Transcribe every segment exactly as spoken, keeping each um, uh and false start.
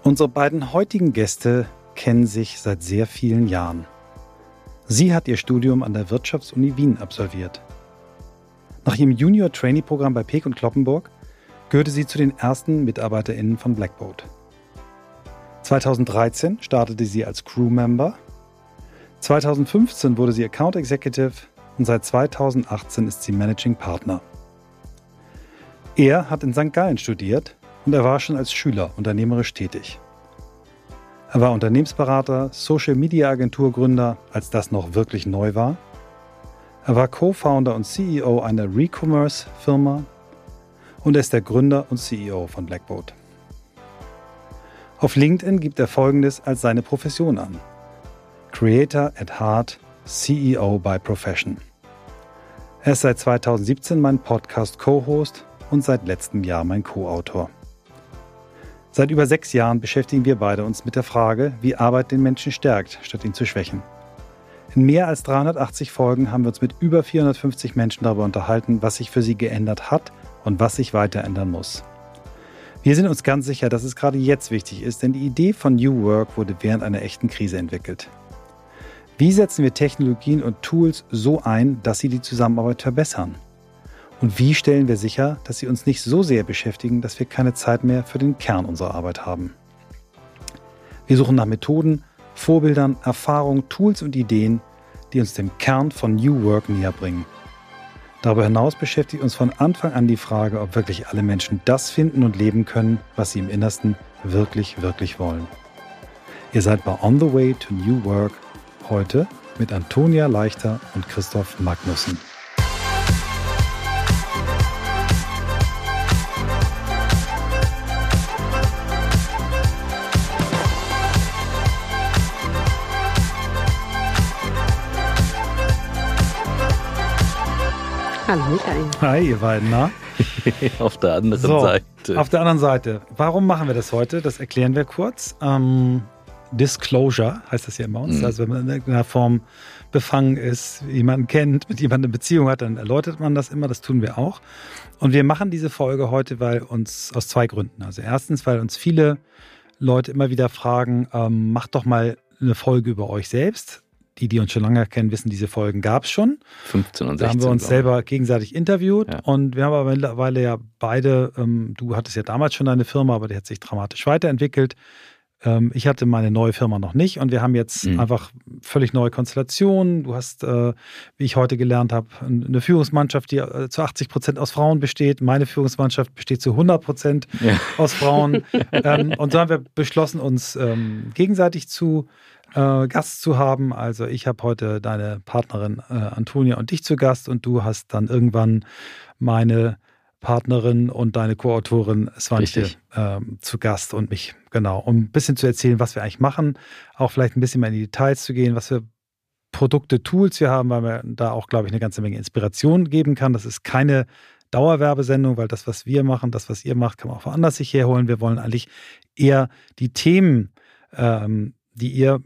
Unsere beiden heutigen Gäste kennen sich seit sehr vielen Jahren. Sie hat ihr Studium an der Wirtschaftsuni Wien absolviert. Nach ihrem Junior-Trainee-Programm bei Peek und Cloppenburg gehörte sie zu den ersten MitarbeiterInnen von Blackboat. zweitausenddreizehn startete sie als Crewmember. zweitausendfünfzehn wurde sie Account Executive und seit zweitausendachtzehn ist sie Managing Partner. Er hat in Sankt Gallen studiert und er war schon als Schüler unternehmerisch tätig. Er war Unternehmensberater, Social-Media-Agenturgründer, als das noch wirklich neu war. Er war Co-Founder und C E O einer Recommerce-Firma und er ist der Gründer und C E O von Blackboat. Auf LinkedIn gibt er Folgendes als seine Profession an: Creator at Heart, C E O by Profession. Er ist seit zweitausendsiebzehn mein Podcast-Co-Host und seit letztem Jahr mein Co-Autor. Seit über sechs Jahren beschäftigen wir beide uns mit der Frage, wie Arbeit den Menschen stärkt, statt ihn zu schwächen. In mehr als dreihundertachtzig Folgen haben wir uns mit über vierhundertfünfzig Menschen darüber unterhalten, was sich für sie geändert hat und was sich weiter ändern muss. Wir sind uns ganz sicher, dass es gerade jetzt wichtig ist, denn die Idee von New Work wurde während einer echten Krise entwickelt. Wie setzen wir Technologien und Tools so ein, dass sie die Zusammenarbeit verbessern? Und wie stellen wir sicher, dass sie uns nicht so sehr beschäftigen, dass wir keine Zeit mehr für den Kern unserer Arbeit haben? Wir suchen nach Methoden, Vorbildern, Erfahrungen, Tools und Ideen, die uns dem Kern von New Work näher bringen. Darüber hinaus beschäftigt uns von Anfang an die Frage, ob wirklich alle Menschen das finden und leben können, was sie im Innersten wirklich, wirklich wollen. Ihr seid bei On the Way to New Work, heute mit Antonia Leichter und Christoph Magnussen. Hallo Michael. Hi ihr beiden, na? Auf der anderen so, Seite. Auf der anderen Seite. Warum machen wir das heute? Das erklären wir kurz. Ähm, Disclosure heißt das ja bei uns. Mhm. Also wenn man in irgendeiner Form befangen ist, jemanden kennt, mit jemandem eine Beziehung hat, dann erläutert man das immer. Das tun wir auch. Und wir machen diese Folge heute, weil uns aus zwei Gründen. Also erstens, weil uns viele Leute immer wieder fragen, ähm, macht doch mal eine Folge über euch selbst. Die, die uns schon lange kennen, wissen, diese Folgen gab es schon. fünfzehn und sechzehn. Da haben wir uns selber gegenseitig interviewt. Ja. Und wir haben aber mittlerweile ja beide, ähm, du hattest ja damals schon deine Firma, aber die hat sich dramatisch weiterentwickelt. Ähm, ich hatte meine neue Firma noch nicht und wir haben jetzt mhm. einfach völlig neue Konstellationen. Du hast, äh, wie ich heute gelernt habe, eine Führungsmannschaft, die äh, zu achtzig Prozent aus Frauen besteht. Meine Führungsmannschaft besteht zu hundert Prozent ja. aus Frauen. ähm, und so haben wir beschlossen, uns ähm, gegenseitig zu Äh, Gast zu haben. Also ich habe heute deine Partnerin äh, Antonia und dich zu Gast und du hast dann irgendwann meine Partnerin und deine Co-Autorin Swantje äh, zu Gast und mich, genau, um ein bisschen zu erzählen, was wir eigentlich machen, auch vielleicht ein bisschen mehr in die Details zu gehen, was für Produkte, Tools wir haben, weil man da auch, glaube ich, eine ganze Menge Inspiration geben kann. Das ist keine Dauerwerbesendung, weil das, was wir machen, das, was ihr macht, kann man auch woanders sich herholen. Wir wollen eigentlich eher die Themen, ähm, die ihr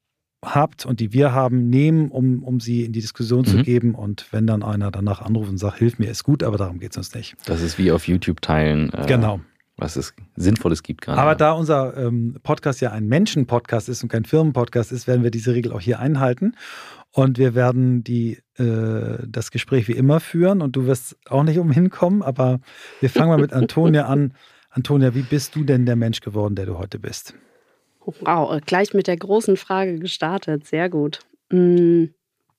habt und die wir haben, nehmen, um, um sie in die Diskussion mhm. zu geben. Und wenn dann einer danach anruft und sagt, hilf mir, ist gut, aber darum geht es uns nicht. Das ist wie auf YouTube teilen, äh, genau. was es Sinnvolles gibt gerade. Aber da unser ähm, Podcast ja ein Menschen-Podcast ist und kein Firmen-Podcast ist, werden wir diese Regel auch hier einhalten. Und wir werden die, äh, das Gespräch wie immer führen und du wirst auch nicht umhin kommen, aber wir fangen mal mit Antonia an. Antonia, wie bist du denn der Mensch geworden, der du heute bist? Wow, gleich mit der großen Frage gestartet. Sehr gut. Ich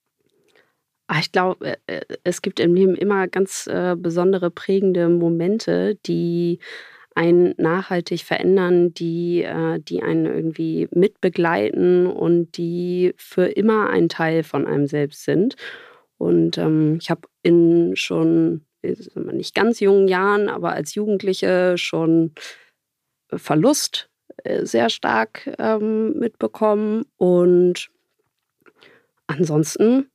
glaube, es gibt im Leben immer ganz besondere prägende Momente, die einen nachhaltig verändern, die, die einen irgendwie mitbegleiten und die für immer ein Teil von einem selbst sind. Und ich habe in schon nicht ganz jungen Jahren, aber als Jugendliche schon Verlust sehr stark ähm, mitbekommen und ansonsten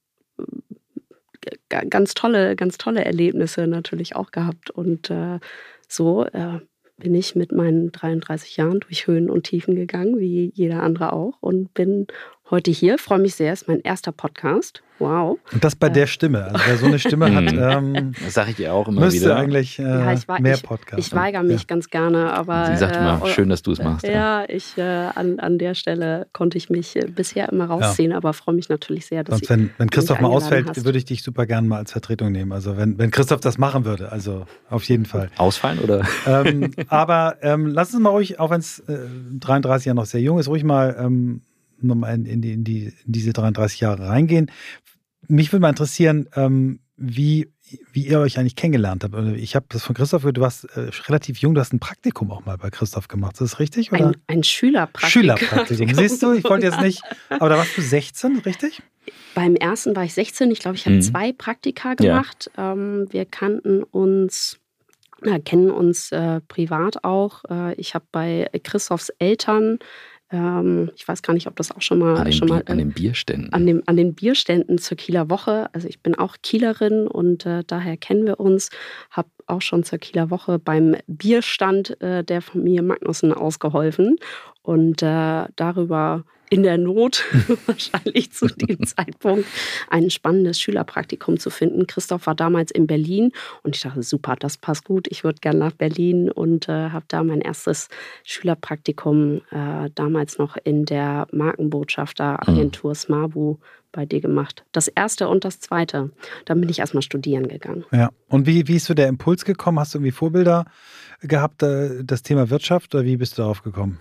g- ganz tolle, ganz tolle Erlebnisse natürlich auch gehabt und äh, so äh, bin ich mit meinen dreiunddreißig Jahren durch Höhen und Tiefen gegangen, wie jeder andere auch und bin heute hier. Freue mich sehr, ist mein erster Podcast. Wow. Und das bei der Stimme. Also wer so eine Stimme hat, ähm, das sage ich ihr auch immer müsste wieder. eigentlich äh, ja, ich, mehr ich, Podcasts. Ich weigere mich ja. ganz gerne, aber sie sagt immer, äh, schön, dass du es machst. Ja, ja. ich äh, an, an der Stelle konnte ich mich äh, bisher immer rausziehen, ja. aber freue mich natürlich sehr, dass Sonst, wenn, wenn Christoph mal ausfällt, hast. würde ich dich super gerne mal als Vertretung nehmen. Also wenn, wenn Christoph das machen würde, also auf jeden Fall. Ausfallen oder? Ähm, aber ähm, lass uns mal ruhig, auch wenn es äh, dreiunddreißig ja noch sehr jung ist, ruhig mal ähm, nochmal in, in, die, in, die, in diese dreiunddreißig Jahre reingehen. Mich würde mal interessieren, ähm, wie, wie ihr euch eigentlich kennengelernt habt. Ich habe das von Christoph gehört, du warst äh, relativ jung, du hast ein Praktikum auch mal bei Christoph gemacht. Ist das richtig? Oder? Ein, ein Schülerpraktikum. Schülerpraktikum. Siehst du, ich wollte jetzt nicht, aber da warst du sechzehn, richtig? Beim ersten war ich sechzehn. Ich glaube, ich habe mhm. zwei Praktika gemacht. Ja. Ähm, wir kannten uns, na, kennen uns äh, privat auch. Äh, ich habe bei Christophs Eltern ich weiß gar nicht, ob das auch schon mal... An den, schon mal, Bier, an den Bierständen. An, dem, an den Bierständen zur Kieler Woche. Also ich bin auch Kielerin und äh, daher kennen wir uns. Habe auch schon zur Kieler Woche beim Bierstand äh, der Familie Magnussen ausgeholfen. Und äh, darüber in der Not wahrscheinlich zu dem Zeitpunkt ein spannendes Schülerpraktikum zu finden. Christoph war damals in Berlin und ich dachte, super, das passt gut. Ich würde gerne nach Berlin und äh, habe da mein erstes Schülerpraktikum äh, damals noch in der Markenbotschafteragentur mhm. Smabu bei dir gemacht. Das erste und das zweite. Dann bin ich erstmal studieren gegangen. Ja. Und wie, wie ist so der Impuls gekommen? Hast du irgendwie Vorbilder gehabt, das Thema Wirtschaft, oder wie bist du darauf gekommen?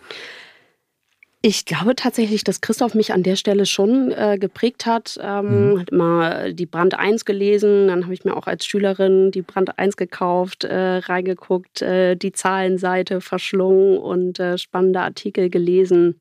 Ich glaube tatsächlich, dass Christoph mich an der Stelle schon äh, geprägt hat. Ähm, mhm. Hat immer die Brand eins gelesen, dann habe ich mir auch als Schülerin die Brand eins gekauft, äh, reingeguckt, äh, die Zahlenseite verschlungen und äh, spannende Artikel gelesen.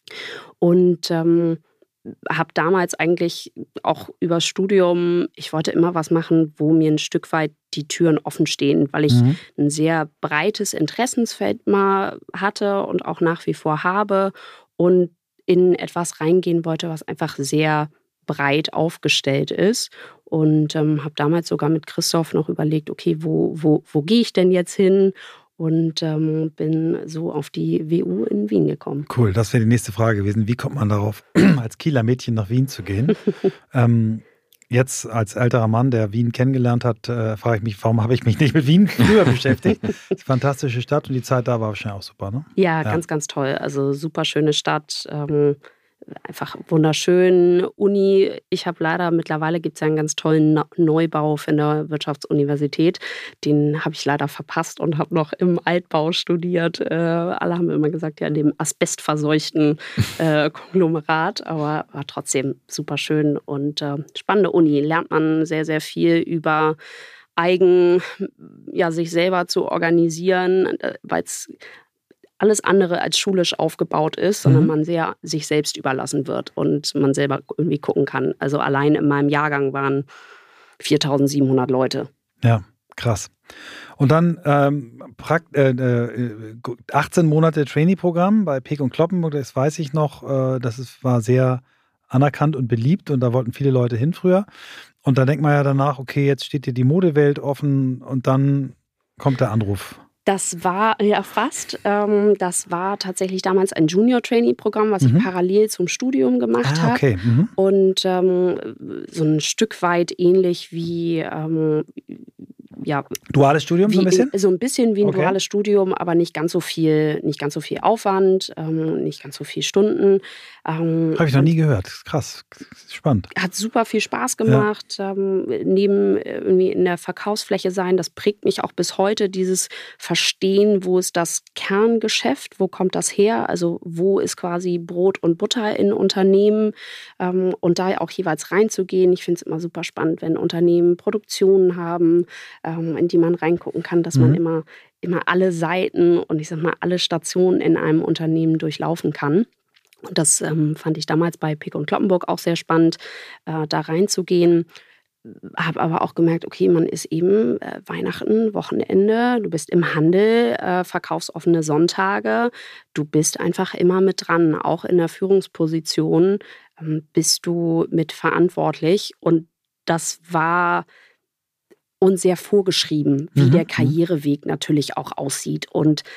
Und ähm, habe damals eigentlich auch übers Studium, ich wollte immer was machen, wo mir ein Stück weit die Türen offen stehen, weil ich mhm. ein sehr breites Interessensfeld mal hatte und auch nach wie vor habe. Und in etwas reingehen wollte, was einfach sehr breit aufgestellt ist. Und ähm, habe damals sogar mit Christoph noch überlegt, okay, wo, wo, wo gehe ich denn jetzt hin? Und ähm, bin so auf die W U in Wien gekommen. Cool, das wäre die nächste Frage gewesen. Wie kommt man darauf, als Kieler Mädchen nach Wien zu gehen? ähm, Jetzt als älterer Mann, der Wien kennengelernt hat, äh, frage ich mich, warum habe ich mich nicht mit Wien früher beschäftigt? Das ist eine fantastische Stadt und die Zeit da war wahrscheinlich auch super, ne? Ja, ja. ganz, ganz toll. Also super schöne Stadt, ähm, einfach wunderschön. Uni, ich habe leider, mittlerweile gibt es ja einen ganz tollen Neubau für eine Wirtschaftsuniversität. Den habe ich leider verpasst und habe noch im Altbau studiert. Äh, alle haben immer gesagt, ja, in dem asbestverseuchten äh, Konglomerat, aber war trotzdem super schön und äh, spannende Uni. Lernt man sehr, sehr viel über eigen, ja, sich selber zu organisieren, weil es alles andere als schulisch aufgebaut ist, sondern mhm. man sehr sich selbst überlassen wird und man selber irgendwie gucken kann. Also allein in meinem Jahrgang waren viertausendsiebenhundert Leute. Ja, krass. Und dann ähm, äh, achtzehn Monate Trainee-Programm bei Peek und Kloppenburg, das weiß ich noch, äh, das ist, war sehr anerkannt und beliebt und da wollten viele Leute hin früher. Und da denkt man ja danach, okay, jetzt steht dir die Modewelt offen und dann kommt der Anruf. Das war ja fast. Ähm, das war tatsächlich damals ein Junior-Trainee-Programm, was mhm. ich parallel zum Studium gemacht ah, okay. habe. Mhm. Und ähm, so ein Stück weit ähnlich wie ähm, ja, duales Studium wie, so ein bisschen? So ein bisschen wie ein okay. duales Studium, aber nicht ganz so viel, nicht ganz so viel Aufwand, ähm, nicht ganz so viele Stunden. Ähm, Habe ich noch nie gehört. Krass, spannend. Hat super viel Spaß gemacht. Ja. Ähm, neben irgendwie in der Verkaufsfläche sein, das prägt mich auch bis heute, dieses Verstehen, wo ist das Kerngeschäft, wo kommt das her, also wo ist quasi Brot und Butter in Unternehmen ähm, und da auch jeweils reinzugehen. Ich finde es immer super spannend, wenn Unternehmen Produktionen haben, ähm, in die man reingucken kann, dass mhm. man immer, immer alle Seiten und ich sag mal alle Stationen in einem Unternehmen durchlaufen kann. Und das ähm, fand ich damals bei Peek und Kloppenburg auch sehr spannend, äh, da reinzugehen. Habe aber auch gemerkt, okay, man ist eben äh, Weihnachten, Wochenende, du bist im Handel, äh, verkaufsoffene Sonntage, du bist einfach immer mit dran, auch in der Führungsposition ähm, bist du mit verantwortlich und das war uns sehr vorgeschrieben, wie mhm. der Karriereweg natürlich auch aussieht und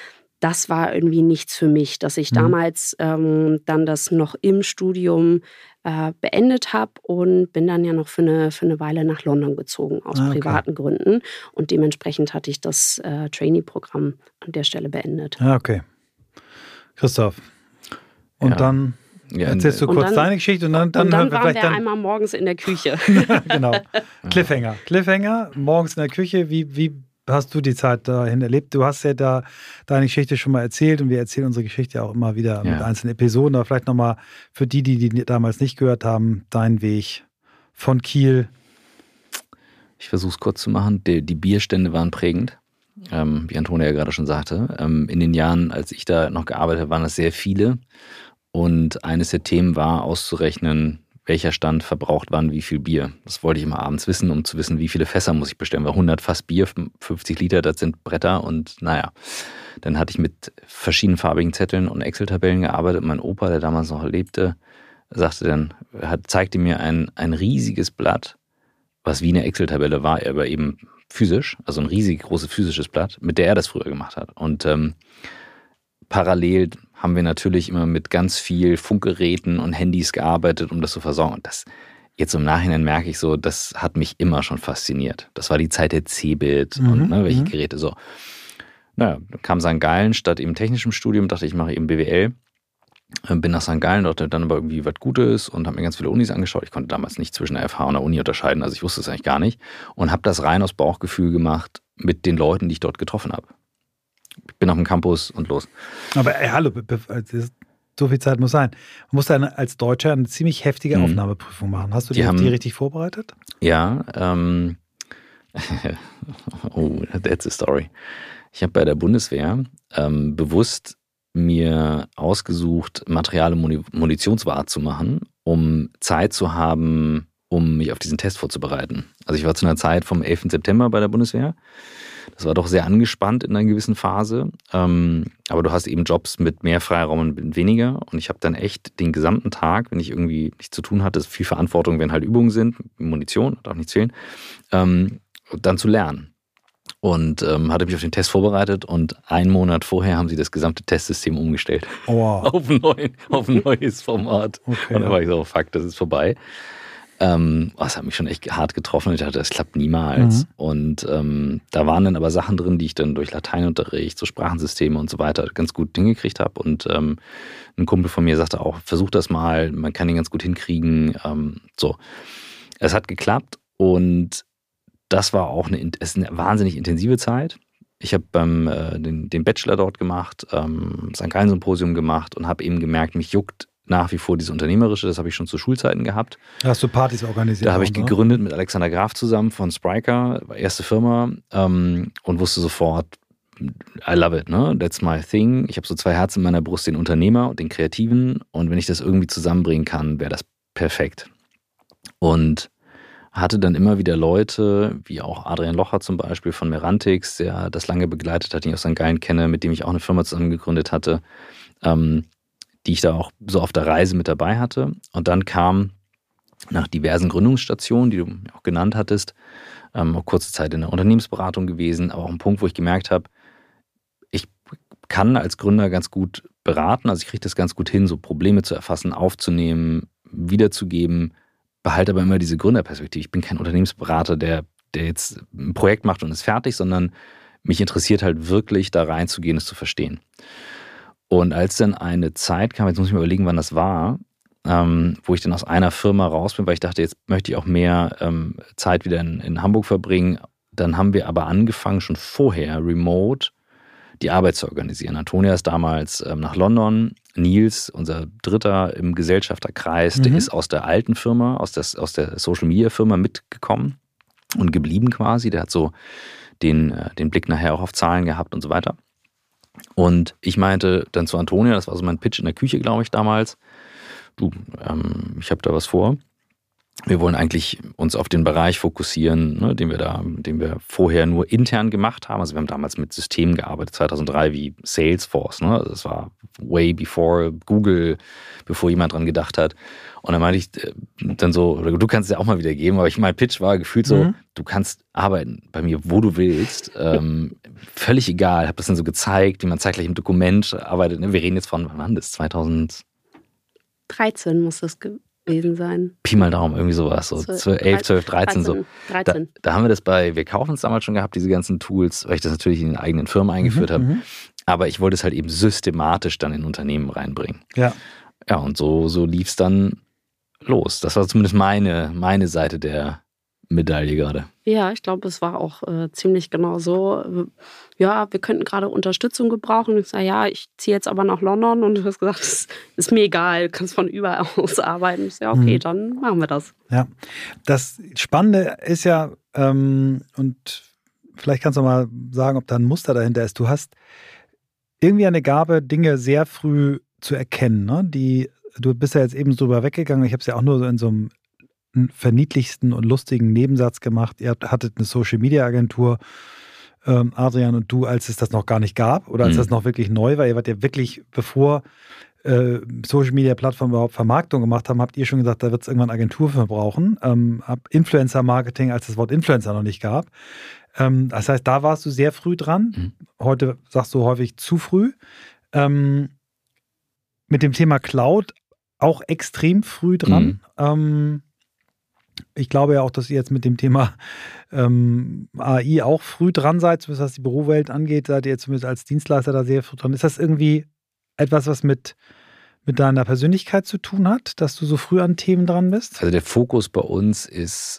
das war irgendwie nichts für mich, dass ich mhm. damals ähm, dann das noch im Studium äh, beendet habe und bin dann ja noch für eine, für eine Weile nach London gezogen, aus ah, okay. privaten Gründen. Und dementsprechend hatte ich das äh, Trainee-Programm an der Stelle beendet. Ah, okay. Christoph, und ja. dann ja, erzählst du kurz dann, deine Geschichte und dann, dann, und dann wir waren wir dann einmal morgens in der Küche. Genau. Cliffhanger. Cliffhanger, morgens in der Küche. Wie, wie hast du die Zeit dahin erlebt? Du hast ja da deine Geschichte schon mal erzählt und wir erzählen unsere Geschichte auch immer wieder ja. mit einzelnen Episoden. Aber vielleicht nochmal für die, die die damals nicht gehört haben, dein Weg von Kiel. Ich versuche es kurz zu machen. Die, die Bierstände waren prägend. Ähm, wie Antonia ja gerade schon sagte. Ähm, in den Jahren, als ich da noch gearbeitet habe, waren das sehr viele. Und eines der Themen war auszurechnen, welcher Stand verbraucht wann wie viel Bier. Das wollte ich immer abends wissen, um zu wissen, wie viele Fässer muss ich bestellen. Weil hundert Fass Bier, fünfzig Liter, das sind Bretter. Und naja, dann hatte ich mit verschiedenfarbigen Zetteln und Excel-Tabellen gearbeitet. Mein Opa, der damals noch lebte, sagte dann, hat, zeigte mir ein, ein riesiges Blatt, was wie eine Excel-Tabelle war, aber eben physisch, also ein riesig großes physisches Blatt, mit der er das früher gemacht hat. Und ähm, parallel haben wir natürlich immer mit ganz viel Funkgeräten und Handys gearbeitet, um das zu versorgen. Und das jetzt im Nachhinein merke ich so, das hat mich immer schon fasziniert. Das war die Zeit der C-Bit mhm, und ne, welche mhm. Geräte so. Naja, dann kam Sankt Gallen statt eben technischem Studium, dachte ich, mache eben B W L. Bin nach Sankt Gallen, dachte dann aber irgendwie was Gutes und habe mir ganz viele Unis angeschaut. Ich konnte damals nicht zwischen der F H und der Uni unterscheiden, also ich wusste es eigentlich gar nicht. Und habe das rein aus Bauchgefühl gemacht mit den Leuten, die ich dort getroffen habe. Ich bin auf dem Campus und los. Aber ey, hallo, so viel Zeit muss sein. Man muss dann als Deutscher eine ziemlich heftige mhm. Aufnahmeprüfung machen. Hast du die, die, haben, die richtig vorbereitet? Ja. Ähm, oh, that's a story. Ich habe bei der Bundeswehr ähm, bewusst mir ausgesucht, Material- und Munitionswart zu machen, um Zeit zu haben, um mich auf diesen Test vorzubereiten. Also ich war zu einer Zeit vom elften September bei der Bundeswehr. Das war doch sehr angespannt in einer gewissen Phase. Ähm, aber du hast eben Jobs mit mehr Freiraum und mit weniger. Und ich habe dann echt den gesamten Tag, wenn ich irgendwie nichts zu tun hatte, viel Verantwortung, wenn halt Übungen sind, Munition, darf nichts fehlen, ähm, dann zu lernen. Und ähm, hatte mich auf den Test vorbereitet und einen Monat vorher haben sie das gesamte Testsystem umgestellt. Oh, wow. auf, ein neu, auf ein neues Format. Okay, und dann war ich so, oh, fuck, das ist vorbei. Ähm, oh, das hat mich schon echt hart getroffen. Ich dachte, das klappt niemals. Mhm. Und ähm, da waren dann aber Sachen drin, die ich dann durch Lateinunterricht, so Sprachensysteme und so weiter ganz gut hingekriegt habe. Und ähm, ein Kumpel von mir sagte auch, versuch das mal, man kann den ganz gut hinkriegen. Ähm, so, es hat geklappt und das war auch eine, es ist eine wahnsinnig intensive Zeit. Ich habe beim äh, den, den Bachelor dort gemacht, ähm, Sankt Gallen Symposium gemacht und habe eben gemerkt, mich juckt nach wie vor dieses Unternehmerische. Das habe ich schon zu Schulzeiten gehabt. Da hast du Partys organisiert? Da habe ich gegründet mit Alexander Graf zusammen von Spryker, erste Firma, ähm, und wusste sofort, I love it, ne? That's my thing. Ich habe so zwei Herzen in meiner Brust, den Unternehmer und den Kreativen. Und wenn ich das irgendwie zusammenbringen kann, wäre das perfekt. Und hatte dann immer wieder Leute, wie auch Adrian Locher zum Beispiel von Merantix, der das lange begleitet hat, den ich aus Sankt Gallen kenne, mit dem ich auch eine Firma zusammen gegründet hatte, ähm, die ich da auch so auf der Reise mit dabei hatte. Und dann kam nach diversen Gründungsstationen, die du auch genannt hattest, ähm, auch kurze Zeit in der Unternehmensberatung gewesen, aber auch ein Punkt, wo ich gemerkt habe, ich kann als Gründer ganz gut beraten, also ich kriege das ganz gut hin, so Probleme zu erfassen, aufzunehmen, wiederzugeben, behalte aber immer diese Gründerperspektive. Ich bin kein Unternehmensberater, der, der jetzt ein Projekt macht und ist fertig, sondern mich interessiert halt wirklich, da reinzugehen, es zu verstehen. Und als dann eine Zeit kam, jetzt muss ich mir überlegen, wann das war, ähm, wo ich dann aus einer Firma raus bin, weil ich dachte, jetzt möchte ich auch mehr ähm, Zeit wieder in, in Hamburg verbringen. Dann haben wir aber angefangen, schon vorher remote die Arbeit zu organisieren. Antonia ist damals ähm, nach London. Nils, unser Dritter im Gesellschafterkreis, mhm. der ist aus der alten Firma, aus der, aus der Social-Media-Firma mitgekommen und geblieben quasi. Der hat so den, den Blick nachher auch auf Zahlen gehabt und so weiter. Und ich meinte dann zu Antonia, das war so mein Pitch in der Küche, glaube ich, damals, du, ähm, ich habe da was vor. wir wollen eigentlich uns auf den Bereich fokussieren, ne, den wir da, den wir vorher nur intern gemacht haben. Also wir haben damals mit Systemen gearbeitet, zweitausenddrei wie Salesforce. Ne? Das war way before Google, bevor jemand dran gedacht hat. Und dann meinte ich dann so, oder du kannst es ja auch mal wieder geben, aber ich mein Pitch war gefühlt so, mhm. du kannst arbeiten bei mir, wo du willst. Ähm, völlig egal. Ich habe das dann so gezeigt, wie man zeitgleich im Dokument arbeitet. Ne? Wir reden jetzt von, wann war das? zweitausenddreizehn muss das gewesen sein. Pi mal Daumen, irgendwie sowas. So elf, zwölf, dreizehn so. dreizehn. Da, da haben wir das bei, wir kaufen es damals schon gehabt, diese ganzen Tools, weil ich das natürlich in den eigenen Firmen eingeführt mhm, habe. Aber ich wollte es halt eben systematisch dann in Unternehmen reinbringen. Ja. Ja, und so, so lief es dann los. Das war zumindest meine, meine Seite der Medaille gerade. Ja, ich glaube, es war auch äh, ziemlich genau so. Ja, wir könnten gerade Unterstützung gebrauchen. Ich sage, ja, ich ziehe jetzt aber nach London und du hast gesagt, es ist mir egal, du kannst von überall aus arbeiten. Ich sage, okay, mhm. dann machen wir das. Ja, das Spannende ist ja, ähm, und vielleicht kannst du mal sagen, ob da ein Muster dahinter ist. Du hast irgendwie eine Gabe, Dinge sehr früh zu erkennen. Ne? Die, du bist ja jetzt eben so drüber weggegangen. Ich habe es ja auch nur so in so einem verniedlichsten und lustigen Nebensatz gemacht. Ihr hattet eine Social-Media-Agentur, ähm, Adrian und du, als es das noch gar nicht gab oder als mhm. das noch wirklich neu war. Ihr wart ja wirklich, bevor äh, Social-Media-Plattformen überhaupt Vermarktung gemacht haben, habt ihr schon gesagt, da wird es irgendwann Agentur für brauchen. Ähm, hab Influencer-Marketing, als das Wort Influencer noch nicht gab. Ähm, das heißt, da warst du sehr früh dran. Mhm. Heute sagst du häufig zu früh. Ähm, mit dem Thema Cloud auch extrem früh dran. Mhm. Ähm, Ich glaube ja auch, dass ihr jetzt mit dem Thema ähm, A I auch früh dran seid, zumindest was die Bürowelt angeht, seid ihr zumindest als Dienstleister da sehr früh dran. Ist das irgendwie etwas, was mit, mit deiner Persönlichkeit zu tun hat, dass du so früh an Themen dran bist? Also der Fokus bei uns ist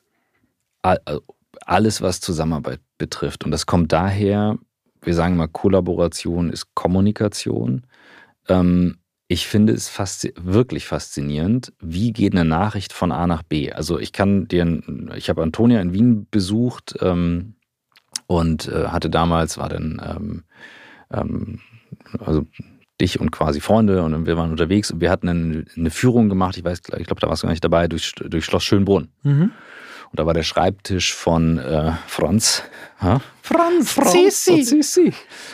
alles, was Zusammenarbeit betrifft. Und das kommt daher, wir sagen mal, Kollaboration ist Kommunikation. Ähm, Ich finde es fast, wirklich faszinierend, wie geht eine Nachricht von A nach B. Also ich kann dir, ich habe Antonia in Wien besucht ähm, und äh, hatte damals, war dann, ähm, ähm, also dich und quasi Freunde und wir waren unterwegs und wir hatten eine, eine Führung gemacht, ich weiß, ich glaube, da warst du gar nicht dabei, durch, durch Schloss Schönbrunn. Mhm. Und da war der Schreibtisch von äh, Franz. Ha? Franz, Franz Sissi.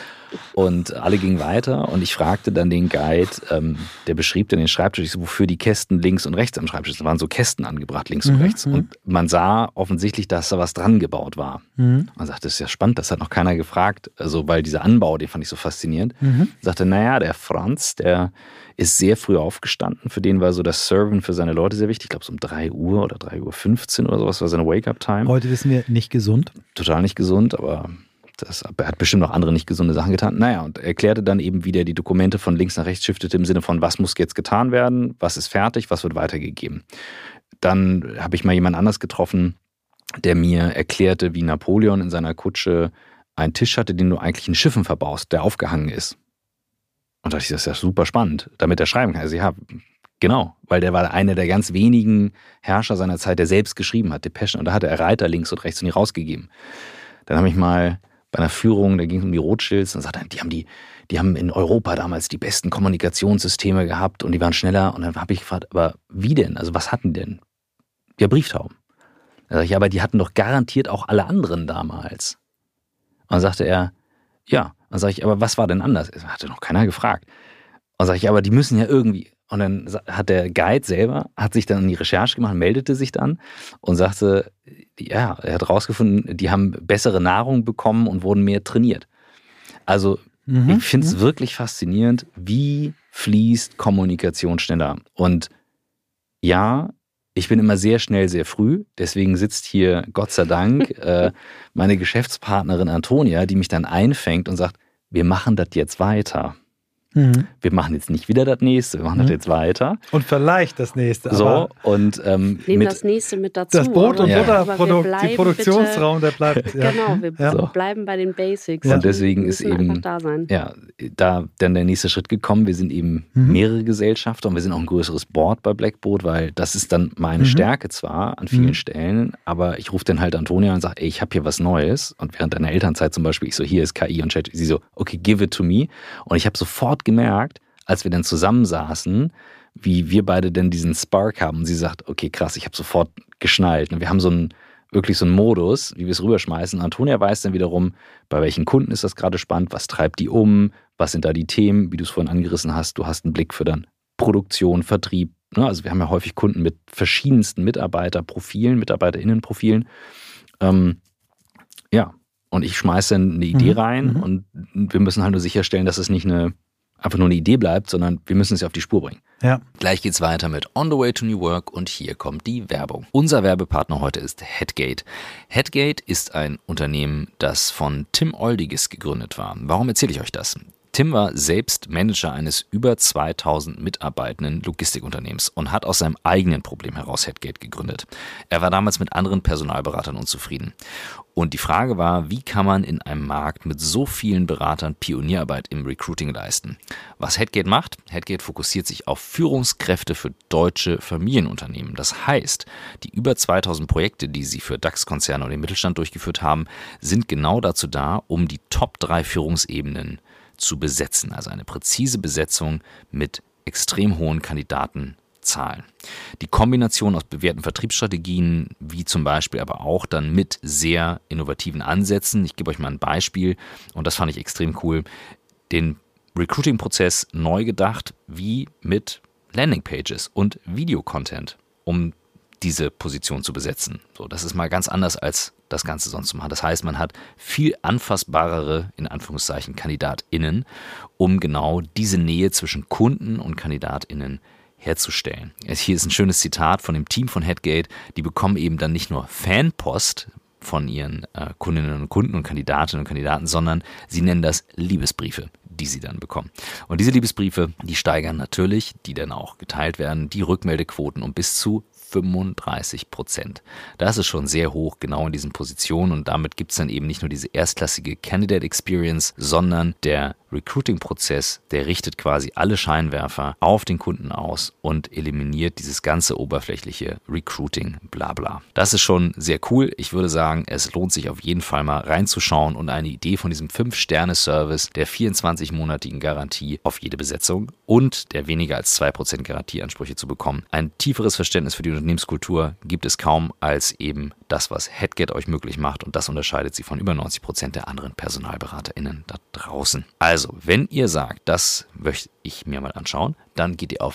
Und alle gingen weiter und ich fragte dann den Guide, ähm, der beschrieb dann den Schreibtisch, ich so, wofür die Kästen links und rechts am Schreibtisch. Da waren so Kästen angebracht, links mhm, und rechts. Mhm. Und man sah offensichtlich, dass da was dran gebaut war. Mhm. Man sagte, das ist ja spannend, das hat noch keiner gefragt. Also, weil dieser Anbau, den fand ich so faszinierend. Mhm. Sagte, naja, der Franz, der ist sehr früh aufgestanden. Für den war so das Serven für seine Leute sehr wichtig. Ich glaube, so um drei Uhr oder drei Uhr fünfzehn oder sowas war seine Wake-up-Time. Heute wissen wir, nicht gesund. Total nicht gesund, aber das, er hat bestimmt noch andere nicht gesunde Sachen getan. Naja, und er erklärte dann eben, wie der die Dokumente von links nach rechts shiftete im Sinne von, was muss jetzt getan werden, was ist fertig, was wird weitergegeben. Dann habe ich mal jemand anders getroffen, der mir erklärte, wie Napoleon in seiner Kutsche einen Tisch hatte, den du eigentlich in Schiffen verbaust, der aufgehangen ist. Und da dachte ich, das ist ja super spannend, damit er schreiben kann. Also ja, genau, weil der war einer der ganz wenigen Herrscher seiner Zeit, der selbst geschrieben hat, Depeschen. Und da hatte er Reiter links und rechts und die rausgegeben. Dann habe ich mal bei einer Führung, da ging es um die Rothschilds, und sagte er, die haben die, die haben in Europa damals die besten Kommunikationssysteme gehabt und die waren schneller. Und dann habe ich gefragt, aber wie denn? Also was hatten die denn? Ja, Brieftauben. Da sage ich, aber die hatten doch garantiert auch alle anderen damals. Und dann sagte er, ja. Dann sage ich, aber was war denn anders? Das hatte noch keiner gefragt. Und dann sage ich, aber die müssen ja irgendwie. Und dann hat der Guide selber, hat sich dann an die Recherche gemacht, meldete sich dann und sagte, ja, er hat rausgefunden, die haben bessere Nahrung bekommen und wurden mehr trainiert. Also mhm. ich finde es mhm. wirklich faszinierend, wie fließt Kommunikation schneller. Und ja, ich bin immer sehr schnell, sehr früh. Deswegen sitzt hier, Gott sei Dank, äh, meine Geschäftspartnerin Antonia, die mich dann einfängt und sagt, wir machen das jetzt weiter. Mhm. Wir machen jetzt nicht wieder das nächste, wir machen mhm. das jetzt weiter. Und vielleicht das nächste. So, aber und ähm, nehmen mit, das nächste mit dazu. Das Brot- und ja. Butterprodukt, die Produktionsraum, bitte, der bleibt. Ja. Genau, wir ja. bleiben bei den Basics. Und deswegen ist eben da sein. Ja, da dann der nächste Schritt gekommen. Wir sind eben mhm. mehrere Gesellschafter und wir sind auch ein größeres Board bei Blackboard, weil das ist dann meine mhm. Stärke zwar an vielen mhm. Stellen, aber ich rufe dann halt Antonia und sage, ey, ich habe hier was Neues. Und während deiner Elternzeit zum Beispiel, ich so, hier ist K I und Chat, sie so, okay, give it to me. Und ich habe sofort gemerkt, als wir dann zusammensaßen, wie wir beide denn diesen Spark haben. Und sie sagt, okay, krass, ich habe sofort geschnallt. Und wir haben so einen, wirklich so einen Modus, wie wir es rüberschmeißen. Antonia weiß dann wiederum, bei welchen Kunden ist das gerade spannend, was treibt die um, was sind da die Themen, wie du es vorhin angerissen hast. Du hast einen Blick für dann Produktion, Vertrieb. Ne? Also wir haben ja häufig Kunden mit verschiedensten Mitarbeiterprofilen, MitarbeiterInnenprofilen. Ähm, ja, und ich schmeiße dann eine Idee Mhm, rein mhm. und wir müssen halt nur sicherstellen, dass es nicht eine einfach nur eine Idee bleibt, sondern wir müssen es ja auf die Spur bringen. Ja. Gleich geht's weiter mit On the Way to New Work und hier kommt die Werbung. Unser Werbepartner heute ist Headgate. Headgate ist ein Unternehmen, das von Tim Oldiges gegründet war. Warum erzähle ich euch das? Tim war selbst Manager eines über zweitausend mitarbeitenden Logistikunternehmens und hat aus seinem eigenen Problem heraus Headgate gegründet. Er war damals mit anderen Personalberatern unzufrieden. Und die Frage war, wie kann man in einem Markt mit so vielen Beratern Pionierarbeit im Recruiting leisten? Was Headgate macht? Headgate fokussiert sich auf Führungskräfte für deutsche Familienunternehmen. Das heißt, die über zweitausend Projekte, die sie für DAX-Konzerne und den Mittelstand durchgeführt haben, sind genau dazu da, um die Top drei Führungsebenen zu besetzen. Also eine präzise Besetzung mit extrem hohen Kandidatenzahlen. Die Kombination aus bewährten Vertriebsstrategien, wie zum Beispiel aber auch dann mit sehr innovativen Ansätzen. Ich gebe euch mal ein Beispiel und das fand ich extrem cool. Den Recruiting-Prozess neu gedacht, wie mit Landingpages und Videocontent, um diese Position zu besetzen. So, das ist mal ganz anders als das Ganze sonst zu machen. Das heißt, man hat viel anfassbarere, in Anführungszeichen, KandidatInnen, um genau diese Nähe zwischen Kunden und KandidatInnen herzustellen. Hier ist ein schönes Zitat von dem Team von Headgate. Die bekommen eben dann nicht nur Fanpost von ihren äh, Kundinnen und Kunden und Kandidatinnen und Kandidaten, sondern sie nennen das Liebesbriefe, die sie dann bekommen. Und diese Liebesbriefe, die steigern natürlich, die dann auch geteilt werden, die Rückmeldequoten um bis zu fünfunddreißig Prozent. Das ist schon sehr hoch, genau in diesen Positionen und damit gibt es dann eben nicht nur diese erstklassige Candidate Experience, sondern der Recruiting-Prozess, der richtet quasi alle Scheinwerfer auf den Kunden aus und eliminiert dieses ganze oberflächliche Recruiting, bla bla. Das ist schon sehr cool. Ich würde sagen, es lohnt sich auf jeden Fall mal reinzuschauen und eine Idee von diesem fünf Sterne Service, der vierundzwanzig-monatigen Garantie auf jede Besetzung und der weniger als zwei Prozent Garantieansprüche zu bekommen. Ein tieferes Verständnis für die Unternehmenskultur gibt es kaum als eben das, was Headgate euch möglich macht und das unterscheidet sie von über neunzig Prozent der anderen PersonalberaterInnen da draußen. Also, wenn ihr sagt, das möchte ich mir mal anschauen, dann geht ihr auf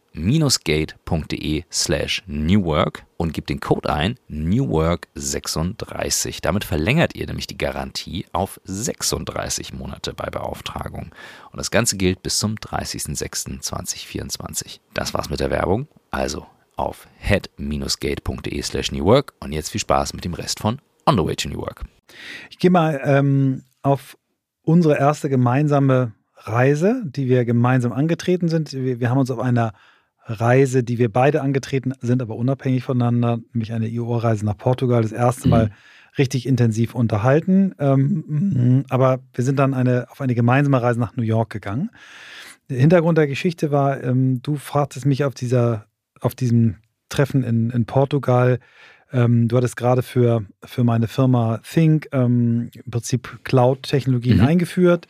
head-gate.de slash newwork und gebt den Code ein, newwork sechsunddreißig. Damit verlängert ihr nämlich die Garantie auf sechsunddreißig Monate bei Beauftragung. Und das Ganze gilt bis zum dreißigsten sechsten zweitausendvierundzwanzig. Das war's mit der Werbung. Also auf head-gate.de slash newwork und jetzt viel Spaß mit dem Rest von On the Way to New Work. Ich gehe mal ähm, auf unsere erste gemeinsame Reise, die wir gemeinsam angetreten sind. Wir, wir haben uns auf einer Reise, die wir beide angetreten sind, aber unabhängig voneinander, nämlich eine I O-Reise nach Portugal, das erste Mal mhm. richtig intensiv unterhalten. Ähm, aber wir sind dann eine, auf eine gemeinsame Reise nach New York gegangen. Der Hintergrund der Geschichte war, ähm, du fragtest mich auf dieser, auf diesem Treffen in, in Portugal, Ähm, du hattest gerade für, für meine Firma Think ähm, im Prinzip Cloud-Technologien mhm. eingeführt.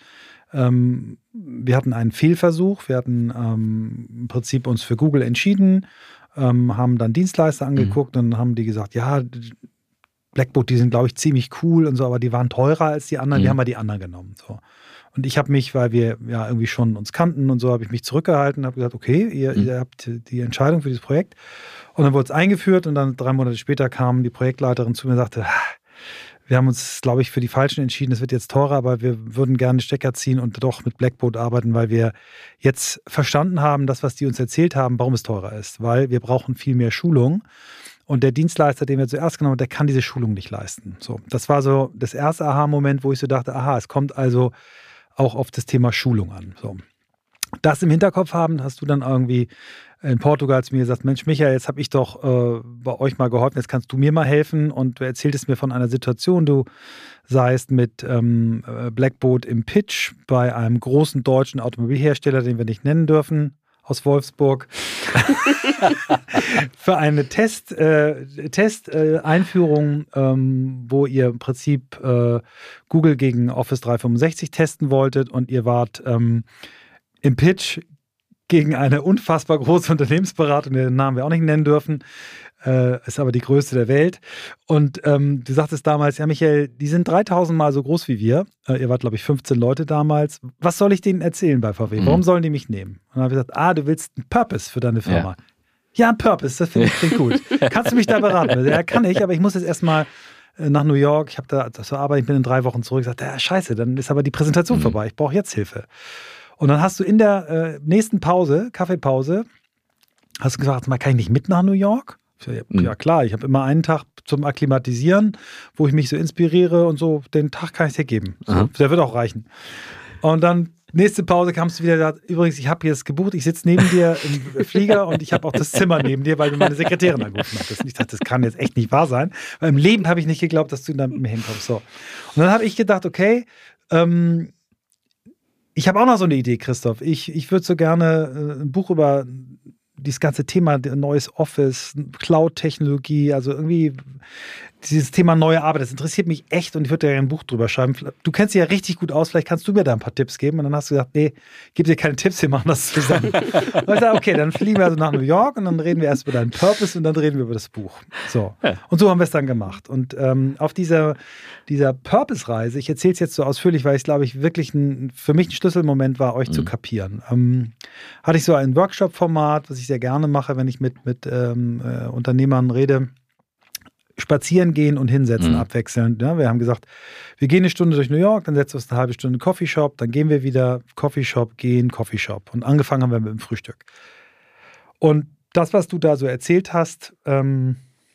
Ähm, wir hatten einen Fehlversuch. Wir hatten ähm, im Prinzip uns für Google entschieden, ähm, haben dann Dienstleister angeguckt mhm. und haben die gesagt, ja, Blackboard, die sind, glaube ich, ziemlich cool und so, aber die waren teurer als die anderen. Mhm. Die haben wir die anderen genommen. So. Und ich habe mich, weil wir ja irgendwie schon uns kannten und so, habe ich mich zurückgehalten und habe gesagt, okay, ihr, mhm. ihr habt die Entscheidung für dieses Projekt. Und dann wurde es eingeführt und dann drei Monate später kam die Projektleiterin zu mir und sagte, wir haben uns, glaube ich, für die Falschen entschieden, es wird jetzt teurer, aber wir würden gerne Stecker ziehen und doch mit Blackboard arbeiten, weil wir jetzt verstanden haben, das, was die uns erzählt haben, warum es teurer ist. Weil wir brauchen viel mehr Schulung. Und der Dienstleister, den wir zuerst genommen haben, der kann diese Schulung nicht leisten. So, das war so das erste Aha-Moment, wo ich so dachte, aha, es kommt also auch auf das Thema Schulung an. So. Das im Hinterkopf haben, hast du dann irgendwie in Portugal zu mir gesagt, Mensch Michael, jetzt habe ich doch äh, bei euch mal geholfen, jetzt kannst du mir mal helfen und du erzähltest mir von einer Situation, du seist mit ähm, Blackboard im Pitch bei einem großen deutschen Automobilhersteller, den wir nicht nennen dürfen, aus Wolfsburg, für eine Test, äh, Test äh, Einführung, ähm, wo ihr im Prinzip äh, Google gegen Office dreihundertfünfundsechzig testen wolltet und ihr wart ähm, im Pitch gegen eine unfassbar große Unternehmensberatung, den Namen wir auch nicht nennen dürfen, äh, ist aber die größte der Welt. Und ähm, du sagtest damals, ja Michael, die sind dreitausend Mal so groß wie wir. Äh, ihr wart, glaube ich, fünfzehn Leute damals. Was soll ich denen erzählen bei V W? Warum mhm. sollen die mich nehmen? Und dann habe ich gesagt, ah, du willst einen Purpose für deine Firma. Ja, ja ein Purpose, das finde ich klingt gut. Kannst du mich da beraten? Ja, kann ich, aber ich muss jetzt erstmal nach New York. Ich habe da zur Arbeit, ich bin in drei Wochen zurück. Ich sagte, ja, scheiße, dann ist aber die Präsentation mhm. vorbei. Ich brauche jetzt Hilfe. Und dann hast du in der äh, nächsten Pause, Kaffeepause, hast du gesagt, mal, kann ich nicht mit nach New York? Ja, mhm. ja klar, ich habe immer einen Tag zum Akklimatisieren, wo ich mich so inspiriere und so, den Tag kann ich dir geben. So, der wird auch reichen. Und dann nächste Pause kamst du wieder, da, übrigens, ich habe hier das gebucht, ich sitze neben dir im Flieger und ich habe auch das Zimmer neben dir, weil du meine Sekretärin angerufen hattest. Und ich dachte, das kann jetzt echt nicht wahr sein, weil im Leben habe ich nicht geglaubt, dass du da mit mir hinkommst. So. Und dann habe ich gedacht, okay, ähm, ich habe auch noch so eine Idee, Christoph. Ich, ich würde so gerne äh, ein Buch über dieses ganze Thema neues Office, Cloud-Technologie, also irgendwie dieses Thema neue Arbeit, das interessiert mich echt und ich würde da ein Buch drüber schreiben. Du kennst dich ja richtig gut aus, vielleicht kannst du mir da ein paar Tipps geben. Und dann hast du gesagt, nee, gib dir keine Tipps, wir machen das zusammen. Und ich sage, okay, dann fliegen wir also nach New York und dann reden wir erst über deinen Purpose und dann reden wir über das Buch. So. Ja. Und so haben wir es dann gemacht. Und ähm, auf dieser, dieser Purpose-Reise, ich erzähle es jetzt so ausführlich, weil es, glaube ich, wirklich ein, für mich ein Schlüsselmoment war, euch mhm. zu kapieren. Ähm, hatte ich so ein Workshop-Format, was ich sehr gerne mache, wenn ich mit, mit ähm, äh, Unternehmern rede. Spazieren gehen und hinsetzen, mhm. abwechselnd. Ja, wir haben gesagt, wir gehen eine Stunde durch New York, dann setzen wir uns eine halbe Stunde in den Coffeeshop, dann gehen wir wieder, Coffeeshop, gehen, Coffeeshop. Und angefangen haben wir mit dem Frühstück. Und das, was du da so erzählt hast, ähm,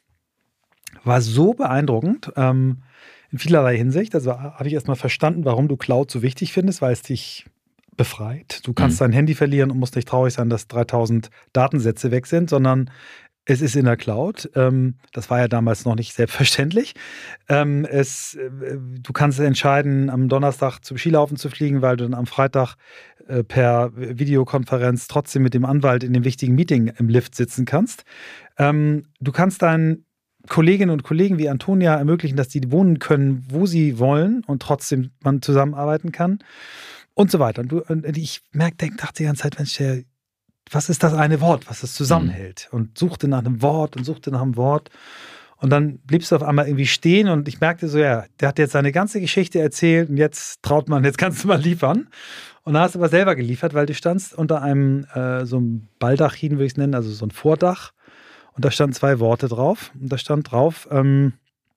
war so beeindruckend, ähm, in vielerlei Hinsicht. Also habe ich erstmal verstanden, warum du Cloud so wichtig findest, weil es dich befreit. Du kannst mhm. dein Handy verlieren und musst nicht traurig sein, dass dreitausend Datensätze weg sind, sondern es ist in der Cloud. Ähm, das war ja damals noch nicht selbstverständlich. Ähm, es, äh, du kannst entscheiden, am Donnerstag zum Skilaufen zu fliegen, weil du dann am Freitag äh, per Videokonferenz trotzdem mit dem Anwalt in dem wichtigen Meeting im Lift sitzen kannst. Ähm, du kannst deinen Kolleginnen und Kollegen wie Antonia ermöglichen, dass die wohnen können, wo sie wollen und trotzdem man zusammenarbeiten kann und so weiter. Und, du, und ich merkte, dachte die ganze Zeit, Mensch, der was ist das eine Wort, was das zusammenhält? Und suchte nach einem Wort und suchte nach einem Wort. Und dann bliebst du auf einmal irgendwie stehen und ich merkte so, ja, der hat jetzt seine ganze Geschichte erzählt und jetzt traut man, jetzt kannst du mal liefern. Und dann hast du aber selber geliefert, weil du standst unter einem, äh, so einem Baldachin, würde ich es nennen, also so ein Vordach. Und da standen zwei Worte drauf. Und da stand drauf, ähm,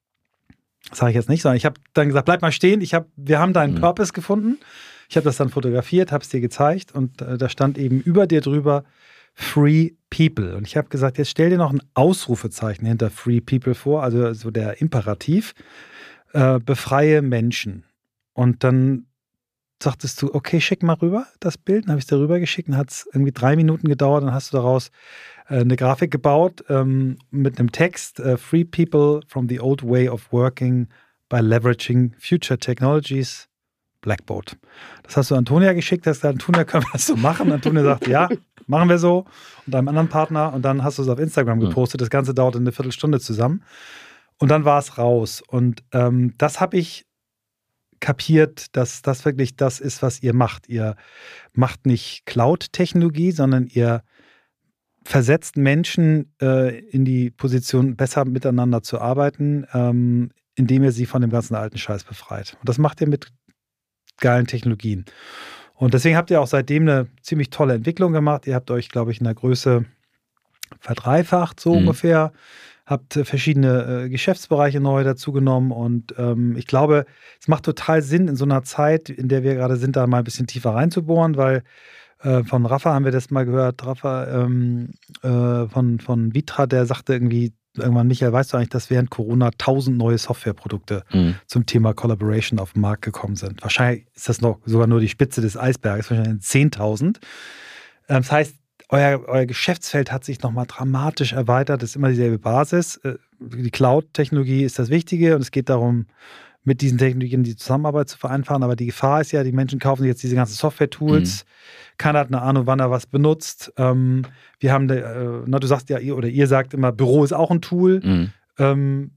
das sage ich jetzt nicht, sondern ich habe dann gesagt, bleib mal stehen, ich hab, wir haben deinen mhm. Purpose gefunden. Ich habe das dann fotografiert, habe es dir gezeigt und äh, da stand eben über dir drüber Free People. Und ich habe gesagt, jetzt stell dir noch ein Ausrufezeichen hinter Free People vor, also so der Imperativ, äh, befreie Menschen. Und dann sagtest du, okay, schick mal rüber das Bild. Dann habe ich es dir rüber geschickt und hat es irgendwie drei Minuten gedauert. Dann hast du daraus äh, eine Grafik gebaut ähm, mit einem Text, äh, Free People from the old way of working by leveraging future technologies. Blackboard. Das hast du Antonia geschickt, hast gesagt, Antonia, können wir das so machen? Antonia sagt, ja, machen wir so. Und deinem anderen Partner. Und dann hast du es auf Instagram gepostet. Das Ganze dauerte eine Viertelstunde zusammen. Und dann war es raus. Und ähm, das habe ich kapiert, dass das wirklich das ist, was ihr macht. Ihr macht nicht Cloud-Technologie, sondern ihr versetzt Menschen äh, in die Position, besser miteinander zu arbeiten, ähm, indem ihr sie von dem ganzen alten Scheiß befreit. Und das macht ihr mit geilen Technologien. Und deswegen habt ihr auch seitdem eine ziemlich tolle Entwicklung gemacht. Ihr habt euch, glaube ich, in der Größe verdreifacht, so mhm. ungefähr. Habt verschiedene äh, Geschäftsbereiche neu dazugenommen. Und ähm, ich glaube, es macht total Sinn, in so einer Zeit, in der wir gerade sind, da mal ein bisschen tiefer reinzubohren, weil äh, von Rafa haben wir das mal gehört, Rafa ähm, äh, von, von Vitra, der sagte irgendwie, irgendwann, Michael, weißt du eigentlich, dass während Corona tausend neue Softwareprodukte mhm. zum Thema Collaboration auf den Markt gekommen sind? Wahrscheinlich ist das noch sogar nur die Spitze des Eisberges, wahrscheinlich zehntausend. Das heißt, euer, euer Geschäftsfeld hat sich nochmal dramatisch erweitert. Das ist immer dieselbe Basis. Die Cloud-Technologie ist das Wichtige und es geht darum, mit diesen Technologien die Zusammenarbeit zu vereinfachen. Aber die Gefahr ist ja, die Menschen kaufen jetzt diese ganzen Software-Tools. Mhm. Keiner hat eine Ahnung, wann er was benutzt. Ähm, wir haben, äh, na, du sagst ja, ihr oder ihr sagt immer, Büro ist auch ein Tool. Mhm. Ähm,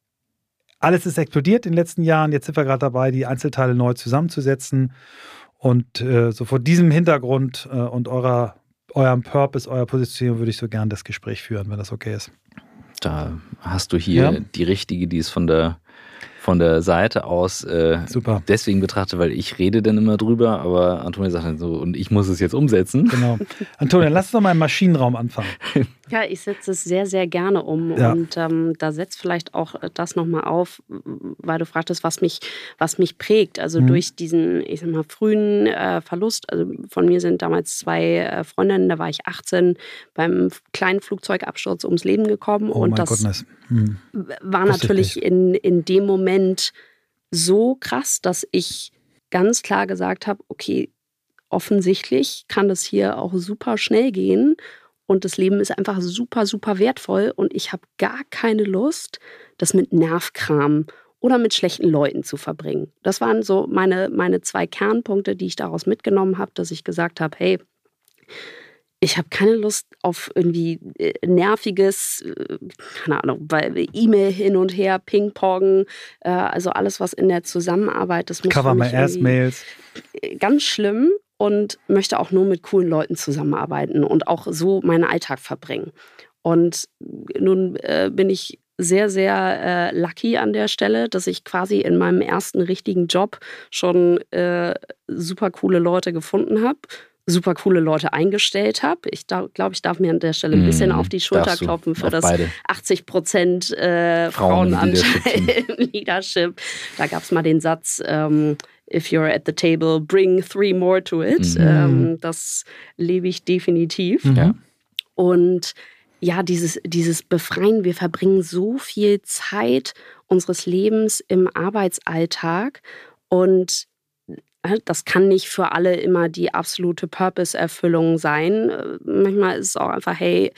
alles ist explodiert in den letzten Jahren. Jetzt sind wir gerade dabei, die Einzelteile neu zusammenzusetzen. Und äh, so vor diesem Hintergrund äh, und eurer eurem Purpose, eurer Position würde ich so gern das Gespräch führen, wenn das okay ist. Da hast du hier ja. die richtige, die ist von der von der Seite aus äh, Super. deswegen betrachtet, weil ich rede dann immer drüber, aber Antonia sagt dann so, und ich muss es jetzt umsetzen. Genau. Antonia, lass uns doch mal im Maschinenraum anfangen. Ja, ich setze es sehr, sehr gerne um. Ja. Und ähm, da setzt vielleicht auch das nochmal auf, weil du fragtest, was mich, was mich prägt. Also mhm. durch diesen, ich sag mal, frühen äh, Verlust. Also von mir sind damals zwei äh, Freundinnen, da war ich achtzehn, beim kleinen Flugzeugabsturz ums Leben gekommen. Oh und mein das Goodness. Mhm. war natürlich in, in dem Moment so krass, dass ich ganz klar gesagt habe, okay, offensichtlich kann das hier auch super schnell gehen. Und das Leben ist einfach super, super wertvoll. Und ich habe gar keine Lust, das mit Nervkram oder mit schlechten Leuten zu verbringen. Das waren so meine, meine zwei Kernpunkte, die ich daraus mitgenommen habe, dass ich gesagt habe, hey, ich habe keine Lust auf irgendwie nerviges, keine Ahnung, weil E-Mail hin und her, Ping-Pong, also alles, was in der Zusammenarbeit, das muss Cover my ass Mails. Ganz schlimm. Und möchte auch nur mit coolen Leuten zusammenarbeiten und auch so meinen Alltag verbringen. Und nun äh, bin ich sehr, sehr äh, lucky an der Stelle, dass ich quasi in meinem ersten richtigen Job schon äh, super coole Leute gefunden habe, super coole Leute eingestellt habe. Ich da, glaube, ich darf mir an der Stelle ein bisschen mm, auf die Schulter klopfen für das beide. achtzig Prozent äh, Frauenanteil im Leadership. Da gab es mal den Satz, ähm, if you're at the table, bring three more to it. Mhm. Ähm, das lebe ich definitiv. Ja. Und ja, dieses, dieses Befreien, wir verbringen so viel Zeit unseres Lebens im Arbeitsalltag und das kann nicht für alle immer die absolute Purpose-Erfüllung sein. Manchmal ist es auch einfach, hey,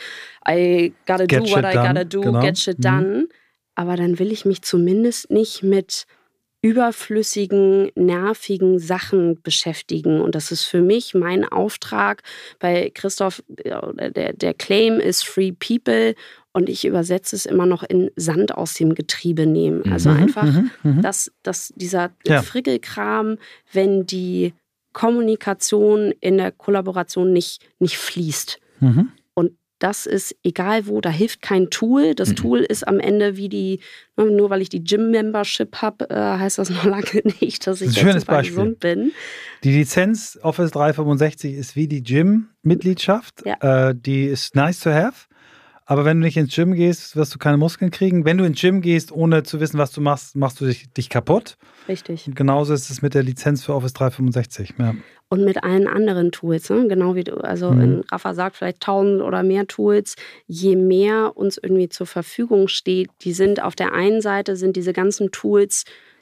I gotta do what I gotta do, genau. Get shit done. Mhm. Aber dann will ich mich zumindest nicht mit überflüssigen, nervigen Sachen beschäftigen. Und das ist für mich mein Auftrag. Bei Christoph, der, der Claim ist Free People und ich übersetze es immer noch in Sand aus dem Getriebe nehmen. Also mhm, einfach, mhm, dass, dass dieser ja. Frickelkram, wenn die Kommunikation in der Kollaboration nicht, nicht fließt. Mhm. Das ist egal wo, da hilft kein Tool. Das mhm. Tool ist am Ende wie die, nur weil ich die Gym-Membership habe, äh, heißt das noch lange nicht, dass ich das jetzt super Beispiel. gesund bin. Die Lizenz Office dreihundertfünfundsechzig ist wie die Gym-Mitgliedschaft. Ja. Äh, die ist nice to have. Aber wenn du nicht ins Gym gehst, wirst du keine Muskeln kriegen. Wenn du ins Gym gehst, ohne zu wissen, was du machst, machst du dich, dich kaputt. Richtig. Und genauso ist es mit der Lizenz für Office dreihundertfünfundsechzig. Ja. Und mit allen anderen Tools, ne? Genau wie du, also mhm. in Rafa sagt vielleicht tausend oder mehr Tools, je mehr uns irgendwie zur Verfügung steht, die sind auf der einen Seite, sind diese ganzen Tools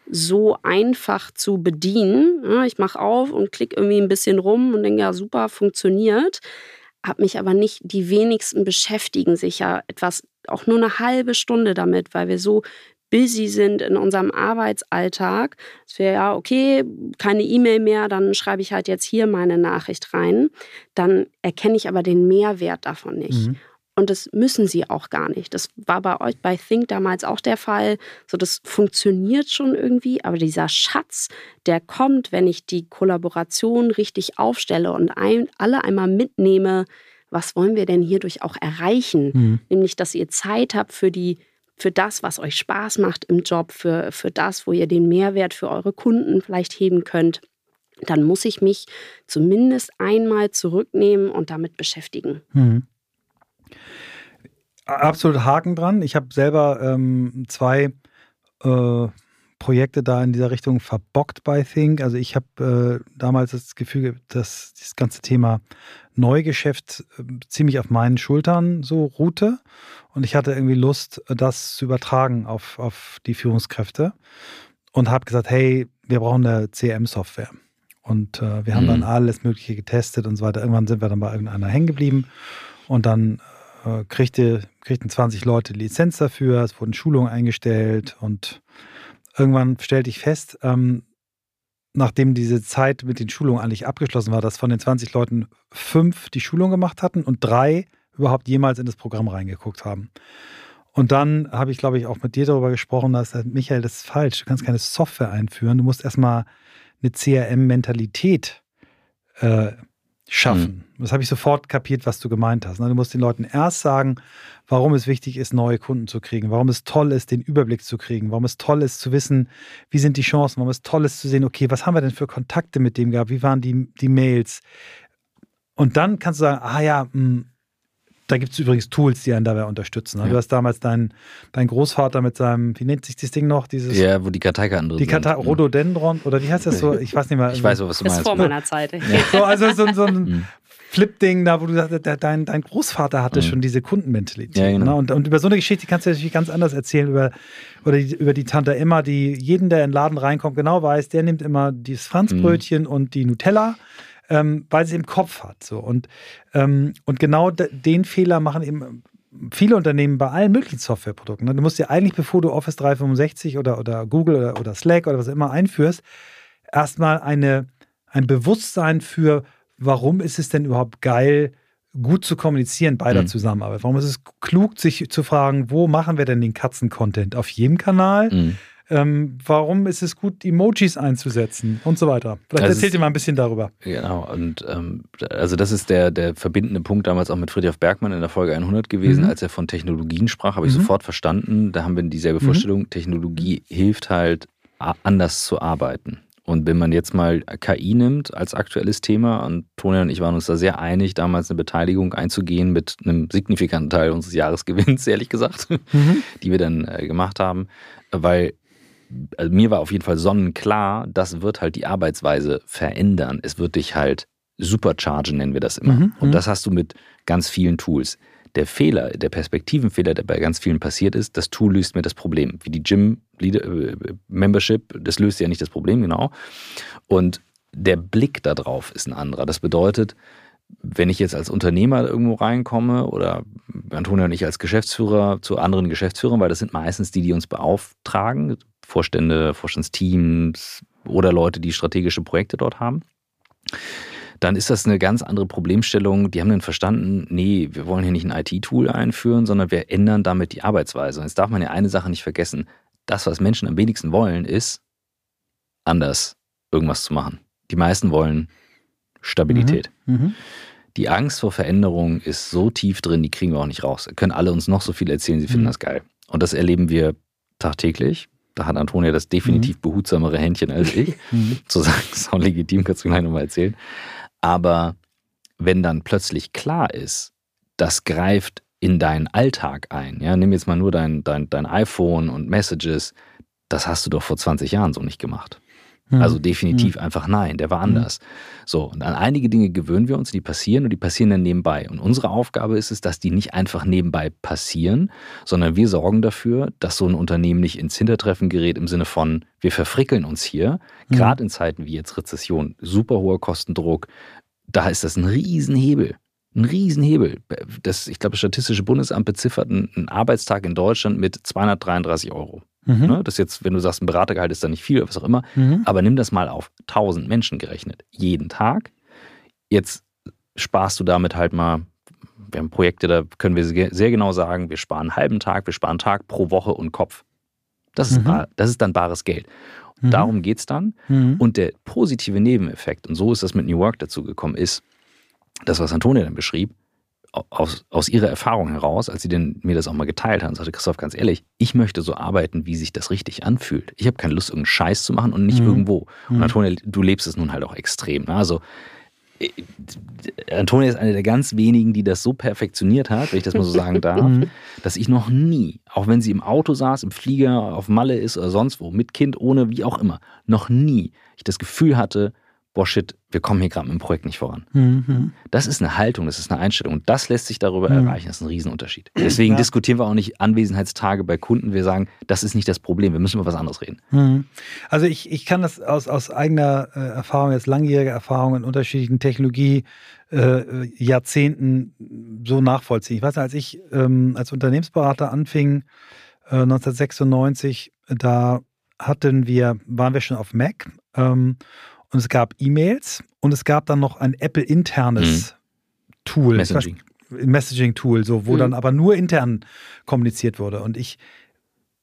so einfach zu bedienen. Ja, ich mache auf und klicke irgendwie ein bisschen rum und denke, ja super, funktioniert. Habe mich aber nicht, die wenigsten beschäftigen sich ja etwas, auch nur eine halbe Stunde damit, weil wir so busy sind in unserem Arbeitsalltag, dass wir ja, okay, keine E-Mail mehr, dann schreibe ich halt jetzt hier meine Nachricht rein. Dann erkenne ich aber den Mehrwert davon nicht. Mhm. Und das müssen sie auch gar nicht. Das war bei euch bei Think damals auch der Fall. So, das funktioniert schon irgendwie, aber dieser Schatz, der kommt, wenn ich die Kollaboration richtig aufstelle und ein, alle einmal mitnehme, was wollen wir denn hierdurch auch erreichen? Mhm. Nämlich, dass ihr Zeit habt für die für das, was euch Spaß macht im Job, für, für das, wo ihr den Mehrwert für eure Kunden vielleicht heben könnt, dann muss ich mich zumindest einmal zurücknehmen und damit beschäftigen. Mhm. Absolut Haken dran. Ich habe selber ähm, zwei äh, Projekte da in dieser Richtung verbockt bei Think. Also ich habe äh, damals das Gefühl, dass das ganze Thema Neugeschäft äh, ziemlich auf meinen Schultern so ruhte. Und ich hatte irgendwie Lust, das zu übertragen auf, auf die Führungskräfte. Und habe gesagt, hey, wir brauchen eine C R M-Software. Und äh, wir haben mhm. dann alles Mögliche getestet und so weiter. Irgendwann sind wir dann bei irgendeiner hängen geblieben. Und dann äh, kriegte, kriegten zwanzig Leute die Lizenz dafür. Es wurden Schulungen eingestellt. Und irgendwann stellte ich fest, ähm, nachdem diese Zeit mit den Schulungen eigentlich abgeschlossen war, dass von den zwanzig Leuten fünf die Schulung gemacht hatten und drei überhaupt jemals in das Programm reingeguckt haben. Und dann habe ich, glaube ich, auch mit dir darüber gesprochen, dass Michael, das ist falsch. Du kannst keine Software einführen. Du musst erstmal eine C R M-Mentalität äh, schaffen. Mhm. Das habe ich sofort kapiert, was du gemeint hast. Du musst den Leuten erst sagen, warum es wichtig ist, neue Kunden zu kriegen, warum es toll ist, den Überblick zu kriegen, warum es toll ist, zu wissen, wie sind die Chancen, warum es toll ist, zu sehen, okay, was haben wir denn für Kontakte mit dem gehabt, wie waren die, die Mails? Und dann kannst du sagen, ah ja, mh, da gibt es übrigens Tools, die einen dabei unterstützen. Ja. Du hast damals deinen dein Großvater mit seinem, wie nennt sich das Ding noch? Dieses, ja, wo die Karteikarten drin die Kartei sind. Rhododendron, oder wie heißt das so? Ich weiß nicht mehr. Ich weiß, was du meinst. Das ist vor meiner Zeit. Ja. So, also so, so ein Flip-Ding da, wo du sagst, dein, dein Großvater hatte mhm. schon diese Kundenmentalität. Ja, genau. Ne? und, und über so eine Geschichte kannst du natürlich ganz anders erzählen, über, oder die, über die Tante Emma, die jeden, der in den Laden reinkommt, genau weiß, der nimmt immer dieses Franzbrötchen mhm. und die Nutella. Ähm, weil sie im Kopf hat. So. Und, ähm, und genau de, den Fehler machen eben viele Unternehmen bei allen möglichen Softwareprodukten. Du musst dir eigentlich, bevor du Office dreihundertfünfundsechzig oder, oder Google oder, oder Slack oder was immer einführst, erstmal eine, ein Bewusstsein für, warum ist es denn überhaupt geil, gut zu kommunizieren bei der mhm. Zusammenarbeit. Warum ist es klug, sich zu fragen, wo machen wir denn den Katzen-Content? Auf jedem Kanal? Mhm. Ähm, warum ist es gut, Emojis einzusetzen und so weiter. Vielleicht also erzählt ihr mal ein bisschen darüber. Genau, und ähm, also das ist der, der verbindende Punkt damals auch mit Friedrich Bergmann in der Folge hundert gewesen, mhm. als er von Technologien sprach, habe ich mhm. sofort verstanden. Da haben wir dieselbe mhm. Vorstellung, Technologie hilft halt, anders zu arbeiten. Und wenn man jetzt mal K I nimmt als aktuelles Thema, und Toni und ich waren uns da sehr einig, damals eine Beteiligung einzugehen mit einem signifikanten Teil unseres Jahresgewinns, ehrlich gesagt, mhm. die wir dann äh, gemacht haben, weil also mir war auf jeden Fall sonnenklar, das wird halt die Arbeitsweise verändern. Es wird dich halt superchargen, nennen wir das immer. Mhm. Und das hast du mit ganz vielen Tools. Der Fehler, der Perspektivenfehler, der bei ganz vielen passiert ist, das Tool löst mir das Problem. Wie die Gym-Membership, das löst ja nicht das Problem, genau. Und der Blick darauf ist ein anderer. Das bedeutet, wenn ich jetzt als Unternehmer irgendwo reinkomme oder Antonia und ich als Geschäftsführer zu anderen Geschäftsführern, weil das sind meistens die, die uns beauftragen, Vorstände, Vorstandsteams oder Leute, die strategische Projekte dort haben, dann ist das eine ganz andere Problemstellung. Die haben dann verstanden, nee, wir wollen hier nicht ein I T-Tool einführen, sondern wir ändern damit die Arbeitsweise. Und jetzt darf man ja eine Sache nicht vergessen. Das, was Menschen am wenigsten wollen, ist, anders irgendwas zu machen. Die meisten wollen Stabilität. Mhm. Mhm. Die Angst vor Veränderung ist so tief drin, die kriegen wir auch nicht raus. Können alle uns noch so viel erzählen, sie finden mhm. das geil. Und das erleben wir tagtäglich. Da hat Antonia das definitiv mhm. behutsamere Händchen als ich. Mhm. Zu sagen, ist auch legitim, kannst du gleich nochmal erzählen. Aber wenn dann plötzlich klar ist, das greift in deinen Alltag ein, ja, nimm jetzt mal nur dein, dein, dein iPhone und Messages, das hast du doch vor zwanzig Jahren so nicht gemacht. Mhm. Also definitiv mhm. einfach nein, der war anders. Mhm. So, und an einige Dinge gewöhnen wir uns, die passieren und die passieren dann nebenbei. Und unsere Aufgabe ist es, dass die nicht einfach nebenbei passieren, sondern wir sorgen dafür, dass so ein Unternehmen nicht ins Hintertreffen gerät im Sinne von, wir verfrickeln uns hier, mhm. gerade in Zeiten wie jetzt Rezession, super hoher Kostendruck, da ist das ein Riesenhebel. Ein Riesenhebel. Das, ich glaube, das Statistische Bundesamt beziffert einen Arbeitstag in Deutschland mit zweihundertdreiunddreißig Euro. Mhm. Das jetzt, wenn du sagst, ein Beratergehalt ist da nicht viel oder was auch immer, mhm. aber nimm das mal auf tausend Menschen gerechnet. Jeden Tag. Jetzt sparst du damit halt mal, wir haben Projekte, da können wir sehr genau sagen, wir sparen einen halben Tag, wir sparen einen Tag pro Woche und Kopf. Das ist, mhm. das ist dann bares Geld. Mhm. Darum geht es dann. Mhm. Und der positive Nebeneffekt, und so ist das mit New Work dazu gekommen, ist, das, was Antonia dann beschrieb, aus, aus ihrer Erfahrung heraus, als sie denn mir das auch mal geteilt hat, und sagte, Christoph, ganz ehrlich, ich möchte so arbeiten, wie sich das richtig anfühlt. Ich habe keine Lust, irgendeinen Scheiß zu machen und nicht mhm. irgendwo. Und Antonia, du lebst es nun halt auch extrem. Ne? Also Antonia ist eine der ganz wenigen, die das so perfektioniert hat, wenn ich das mal so sagen darf, dass ich noch nie, auch wenn sie im Auto saß, im Flieger, auf Malle ist oder sonst wo, mit Kind, ohne, wie auch immer, noch nie ich das Gefühl hatte, boah shit, wir kommen hier gerade mit dem Projekt nicht voran. Mhm. Das ist eine Haltung, das ist eine Einstellung und das lässt sich darüber mhm. erreichen, das ist ein Riesenunterschied. Deswegen ja. diskutieren wir auch nicht Anwesenheitstage bei Kunden, wir sagen, das ist nicht das Problem, wir müssen über was anderes reden. Mhm. Also ich, ich kann das aus, aus eigener äh, Erfahrung, jetzt langjährige Erfahrung in unterschiedlichen Technologie äh, Jahrzehnten so nachvollziehen. Ich weiß nicht, als ich ähm, als Unternehmensberater anfing, äh, neunzehnhundertsechsundneunzig, da hatten wir, waren wir schon auf Mac, ähm, und es gab E-Mails und es gab dann noch ein Apple-internes mhm. Tool. Messaging. Messaging-Tool, so, wo mhm. dann aber nur intern kommuniziert wurde. Und ich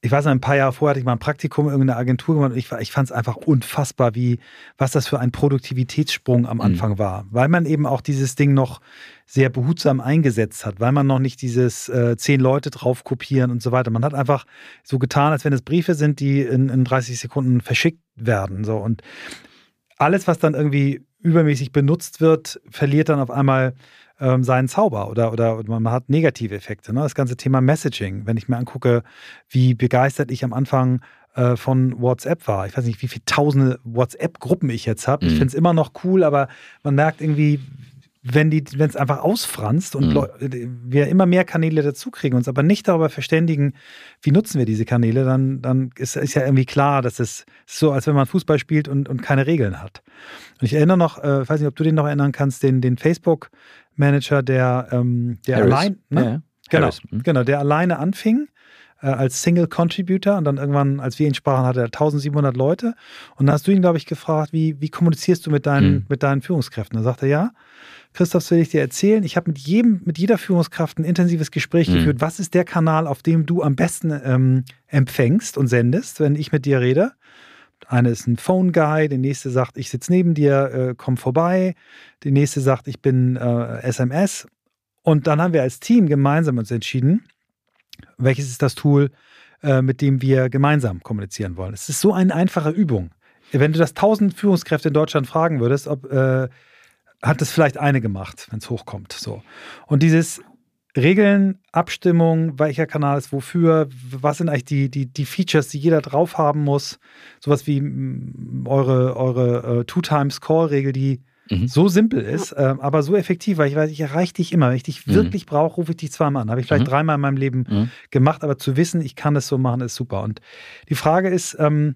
ich weiß noch, ein paar Jahre vorher hatte ich mal ein Praktikum in irgendeiner Agentur gemacht und ich, ich fand es einfach unfassbar, wie, was das für ein Produktivitätssprung am Anfang mhm. war. Weil man eben auch dieses Ding noch sehr behutsam eingesetzt hat, weil man noch nicht dieses äh, zehn Leute drauf kopieren und so weiter. Man hat einfach so getan, als wenn es Briefe sind, die in, in dreißig Sekunden verschickt werden. So. Und alles, was dann irgendwie übermäßig benutzt wird, verliert dann auf einmal ähm, seinen Zauber oder, oder, oder man hat negative Effekte. Ne? Das ganze Thema Messaging, wenn ich mir angucke, wie begeistert ich am Anfang äh, von WhatsApp war. Ich weiß nicht, wie viele tausende WhatsApp-Gruppen ich jetzt habe. Mhm. Ich finde es immer noch cool, aber man merkt irgendwie, wenn die, wenn es einfach ausfranst und mhm. wir immer mehr Kanäle dazu kriegen, uns aber nicht darüber verständigen, wie nutzen wir diese Kanäle, dann, dann ist, ist ja irgendwie klar, dass es so, als wenn man Fußball spielt und, und keine Regeln hat. Und ich erinnere noch, äh, weiß nicht, ob du den noch erinnern kannst, den, den Facebook-Manager, der, ähm, der allein, ne? ja, genau, mhm. genau, der alleine anfing äh, als Single Contributor und dann irgendwann, als wir ihn sprachen, hatte er eintausendsiebenhundert Leute. Und dann hast du ihn, glaube ich, gefragt, wie, wie kommunizierst du mit deinen, mhm. mit deinen Führungskräften? Da sagte er, ja, Christoph, soll ich dir erzählen, ich habe mit jedem, mit jeder Führungskraft ein intensives Gespräch mhm. geführt. Was ist der Kanal, auf dem du am besten ähm, empfängst und sendest, wenn ich mit dir rede? Eine ist ein Phone Guy, der nächste sagt, ich sitze neben dir, äh, komm vorbei. Der nächste sagt, ich bin äh, S M S. Und dann haben wir als Team gemeinsam uns entschieden, welches ist das Tool, äh, mit dem wir gemeinsam kommunizieren wollen. Es ist so eine einfache Übung. Wenn du das tausend Führungskräfte in Deutschland fragen würdest, ob äh, hat es vielleicht eine gemacht, wenn es hochkommt. So. Und dieses Regeln, Abstimmung, welcher Kanal ist wofür, was sind eigentlich die, die, die Features, die jeder drauf haben muss, sowas wie m, eure, eure uh, Two-Times-Call-Regel, die mhm. so simpel ist, äh, aber so effektiv, weil ich weiß, ich erreiche dich immer. Wenn ich dich mhm. wirklich brauche, rufe ich dich zweimal an. Habe ich vielleicht mhm. dreimal in meinem Leben mhm. gemacht, aber zu wissen, ich kann das so machen, ist super. Und die Frage ist, ähm,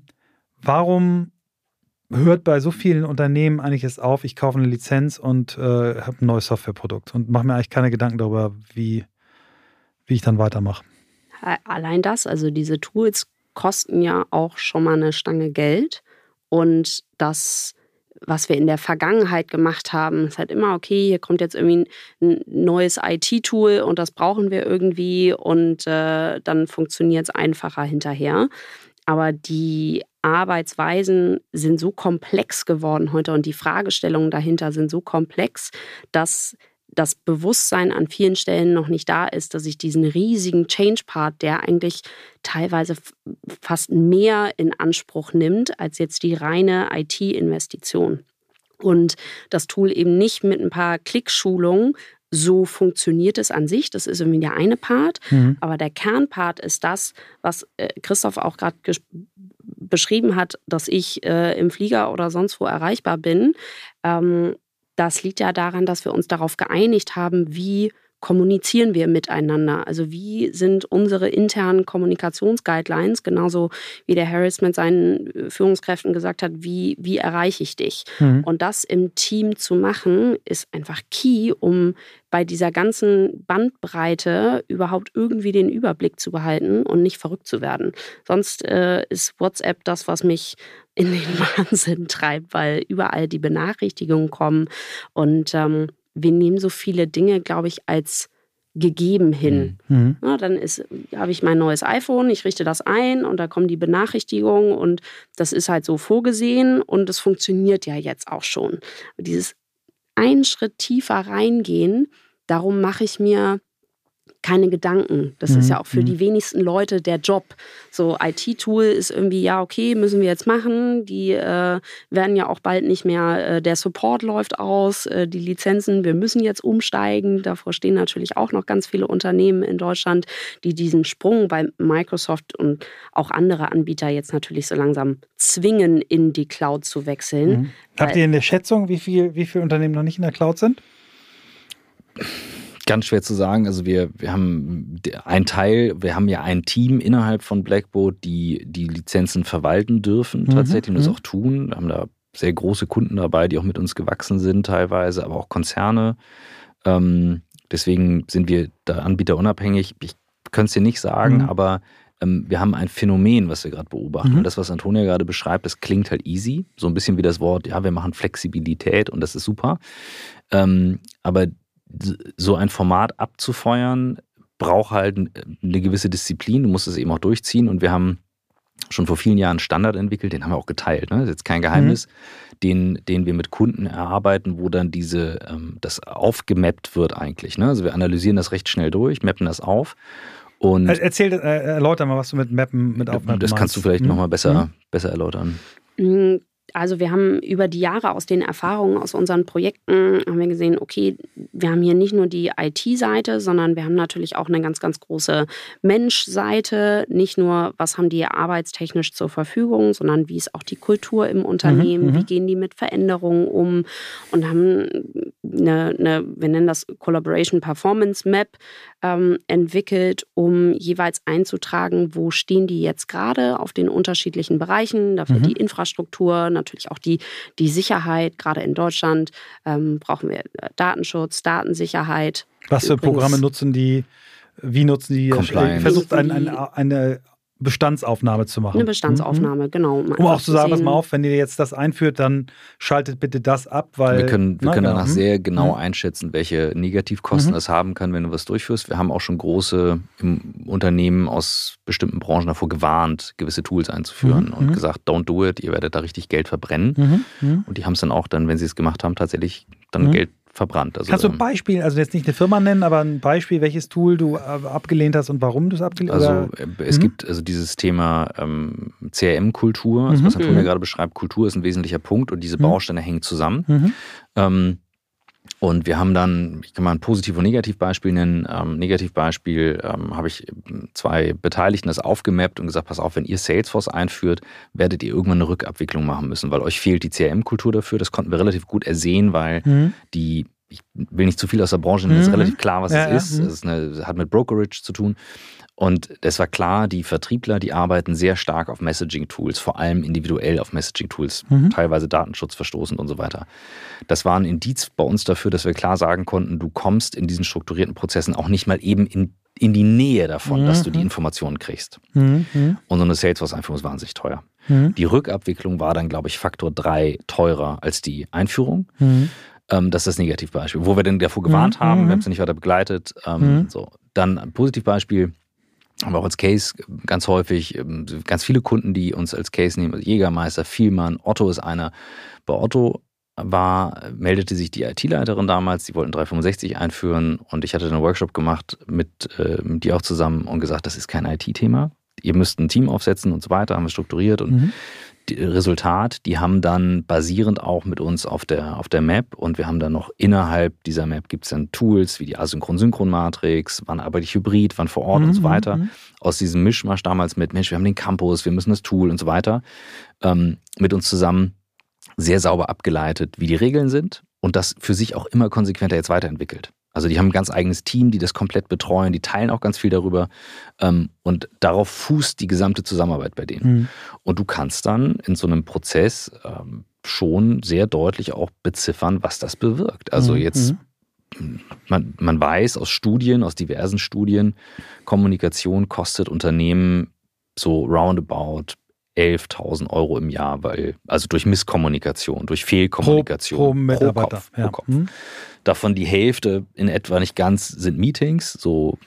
warum hört bei so vielen Unternehmen eigentlich es auf, ich kaufe eine Lizenz und äh, habe ein neues Softwareprodukt und mache mir eigentlich keine Gedanken darüber, wie, wie ich dann weitermache. Allein das, also diese Tools kosten ja auch schon mal eine Stange Geld und das, was wir in der Vergangenheit gemacht haben, ist halt immer, okay, hier kommt jetzt irgendwie ein neues I T-Tool und das brauchen wir irgendwie und äh, dann funktioniert es einfacher hinterher. Aber die Arbeitsweisen sind so komplex geworden heute und die Fragestellungen dahinter sind so komplex, dass das Bewusstsein an vielen Stellen noch nicht da ist, dass ich diesen riesigen Change-Part, der eigentlich teilweise fast mehr in Anspruch nimmt, als jetzt die reine I T-Investition. Und das Tool eben nicht mit ein paar Klickschulungen, so funktioniert es an sich. Das ist irgendwie der eine Part. Mhm. Aber der Kernpart ist das, was äh, Christoph auch gerade ges- beschrieben hat, dass ich äh, im Flieger oder sonst wo erreichbar bin. Ähm, das liegt ja daran, dass wir uns darauf geeinigt haben, wie kommunizieren wir miteinander? Also wie sind unsere internen Kommunikationsguidelines, genauso wie der Harris mit seinen Führungskräften gesagt hat, wie, wie erreiche ich dich? Mhm. Und das im Team zu machen, ist einfach key, um bei dieser ganzen Bandbreite überhaupt irgendwie den Überblick zu behalten und nicht verrückt zu werden. Sonst äh, ist WhatsApp das, was mich in den Wahnsinn treibt, weil überall die Benachrichtigungen kommen und ähm, wir nehmen so viele Dinge, glaube ich, als gegeben hin. Mhm. Ja, dann habe ich mein neues iPhone, ich richte das ein und da kommen die Benachrichtigungen und das ist halt so vorgesehen und es funktioniert ja jetzt auch schon. Dieses einen Schritt tiefer reingehen, darum mache ich mir keine Gedanken. Das mhm. ist ja auch für die wenigsten Leute der Job. So I T-Tool ist irgendwie, ja okay, müssen wir jetzt machen. Die äh, werden ja auch bald nicht mehr, äh, der Support läuft aus, äh, die Lizenzen, wir müssen jetzt umsteigen. Davor stehen natürlich auch noch ganz viele Unternehmen in Deutschland, die diesen Sprung bei Microsoft und auch andere Anbieter jetzt natürlich so langsam zwingen, in die Cloud zu wechseln. Mhm. Habt ihr eine Schätzung, wie viel, wie viele Unternehmen noch nicht in der Cloud sind? Ganz schwer zu sagen. Also wir, wir haben ein Teil, wir haben ja ein Team innerhalb von Blackboard, die die Lizenzen verwalten dürfen tatsächlich mhm. und das auch tun. Wir haben da sehr große Kunden dabei, die auch mit uns gewachsen sind teilweise, aber auch Konzerne. Ähm, deswegen sind wir da anbieterunabhängig. Ich könnte es dir nicht sagen, mhm. aber ähm, wir haben ein Phänomen, was wir gerade beobachten. Mhm. Und das, was Antonia gerade beschreibt, das klingt halt easy. So ein bisschen wie das Wort, ja, wir machen Flexibilität und das ist super. Ähm, aber so ein Format abzufeuern, braucht halt eine gewisse Disziplin, du musst es eben auch durchziehen und wir haben schon vor vielen Jahren einen Standard entwickelt, den haben wir auch geteilt. Ne? Das ist jetzt kein Geheimnis, mhm. den, den wir mit Kunden erarbeiten, wo dann diese, ähm, das aufgemappt wird eigentlich. Ne? Also wir analysieren das recht schnell durch, mappen das auf. Und Erzähl, äh, erläuter mal, was du mit Mappen, mit Aufmappen Das kannst du vielleicht mhm. nochmal besser, mhm. besser erläutern. Also wir haben über die Jahre aus den Erfahrungen aus unseren Projekten haben wir gesehen, okay, wir haben hier nicht nur die I T-Seite, sondern wir haben natürlich auch eine ganz, ganz große Mensch-Seite. Nicht nur, was haben die arbeitstechnisch zur Verfügung, sondern wie ist auch die Kultur im Unternehmen, mhm, wie gehen die mit Veränderungen um und haben eine, eine wir nennen das Collaboration Performance Map ähm, entwickelt, um jeweils einzutragen, wo stehen die jetzt gerade auf den unterschiedlichen Bereichen, dafür mhm. die Infrastruktur, natürlich auch die, die Sicherheit, gerade in Deutschland ähm, brauchen wir Datenschutz, Datensicherheit. Was für Übrigens, Programme nutzen die, wie nutzen die? Compliance. Versucht ein, ein, eine Bestandsaufnahme zu machen. Eine Bestandsaufnahme, mhm. genau. Um, um auch zu sagen, pass mal auf, wenn ihr jetzt das einführt, dann schaltet bitte das ab, weil... Wir können, wir na, können genau. danach mhm. sehr genau mhm. einschätzen, welche Negativkosten mhm. es haben kann, wenn du was durchführst. Wir haben auch schon große im Unternehmen aus bestimmten Branchen davor gewarnt, gewisse Tools einzuführen mhm. und gesagt, don't do it, ihr werdet da richtig Geld verbrennen. Mhm. Und die haben es dann auch dann, wenn sie es gemacht haben, tatsächlich dann mhm. Geld verbrannt. Also, kannst du ein Beispiel, also jetzt nicht eine Firma nennen, aber ein Beispiel, welches Tool du abgelehnt hast und warum du es abgelehnt hast? Also oder? es mhm. gibt also dieses Thema ähm, C R M-Kultur, also was Mhm. Antonia gerade beschreibt, Kultur ist ein wesentlicher Punkt und diese Bausteine mhm. hängen zusammen. Mhm. Ähm, und wir haben dann, ich kann mal ein Positiv- und Negativbeispiel nennen. Ähm, Negativbeispiel ähm, habe ich zwei Beteiligten das aufgemappt und gesagt, pass auf, wenn ihr Salesforce einführt, werdet ihr irgendwann eine Rückabwicklung machen müssen, weil euch fehlt die C R M-Kultur dafür. Das konnten wir relativ gut ersehen, weil mhm. die, ich will nicht zu viel aus der Branche nennen, mhm. ist relativ klar, was ja, es ist. Es ja. ist eine, hat mit Brokerage zu tun. Und es war klar, die Vertriebler, die arbeiten sehr stark auf Messaging-Tools, vor allem individuell auf Messaging-Tools, mhm. teilweise datenschutzverstoßend und so weiter. Das war ein Indiz bei uns dafür, dass wir klar sagen konnten, du kommst in diesen strukturierten Prozessen auch nicht mal eben in, in die Nähe davon, mhm. dass du die Informationen kriegst. Mhm. Und so eine Salesforce-Einführung ist wahnsinnig teuer. Mhm. Die Rückabwicklung war dann, glaube ich, Faktor drei teurer als die Einführung. Mhm. Das ist das Negativbeispiel. Wo wir denn davor gewarnt mhm. haben, wir haben es ja nicht weiter begleitet. Mhm. So. Dann ein Positivbeispiel. Haben wir auch als Case ganz häufig, ganz viele Kunden, die uns als Case nehmen, Jägermeister, Vielmann, Otto ist einer. Bei Otto war, meldete sich die I T-Leiterin damals, die wollten dreihundertfünfundsechzig einführen und ich hatte einen Workshop gemacht mit, äh, mit die auch zusammen und gesagt, das ist kein I T-Thema. Ihr müsst ein Team aufsetzen und so weiter, haben wir strukturiert und mhm. Resultat, die haben dann basierend auch mit uns auf der, auf der Map und wir haben dann noch innerhalb dieser Map gibt es dann Tools wie die Asynchron-Synchron-Matrix, wann arbeite ich hybrid, wann vor Ort mhm, und so weiter. Mhm. Aus diesem Mischmasch damals mit, Mensch, wir haben den Campus, wir müssen das Tool und so weiter, ähm, mit uns zusammen sehr sauber abgeleitet, wie die Regeln sind und das für sich auch immer konsequenter jetzt weiterentwickelt. Also die haben ein ganz eigenes Team, die das komplett betreuen, die teilen auch ganz viel darüber ähm, und darauf fußt die gesamte Zusammenarbeit bei denen. Mhm. Und du kannst dann in so einem Prozess ähm, schon sehr deutlich auch beziffern, was das bewirkt. Also mhm. jetzt, man, man weiß aus Studien, aus diversen Studien, Kommunikation kostet Unternehmen so roundabout elftausend Euro im Jahr, weil, also durch Misskommunikation, durch Fehlkommunikation. Pro, pro Mitarbeiter. Pro Kopf, ja. pro Kopf. Mhm. Davon die Hälfte in etwa nicht ganz sind Meetings, so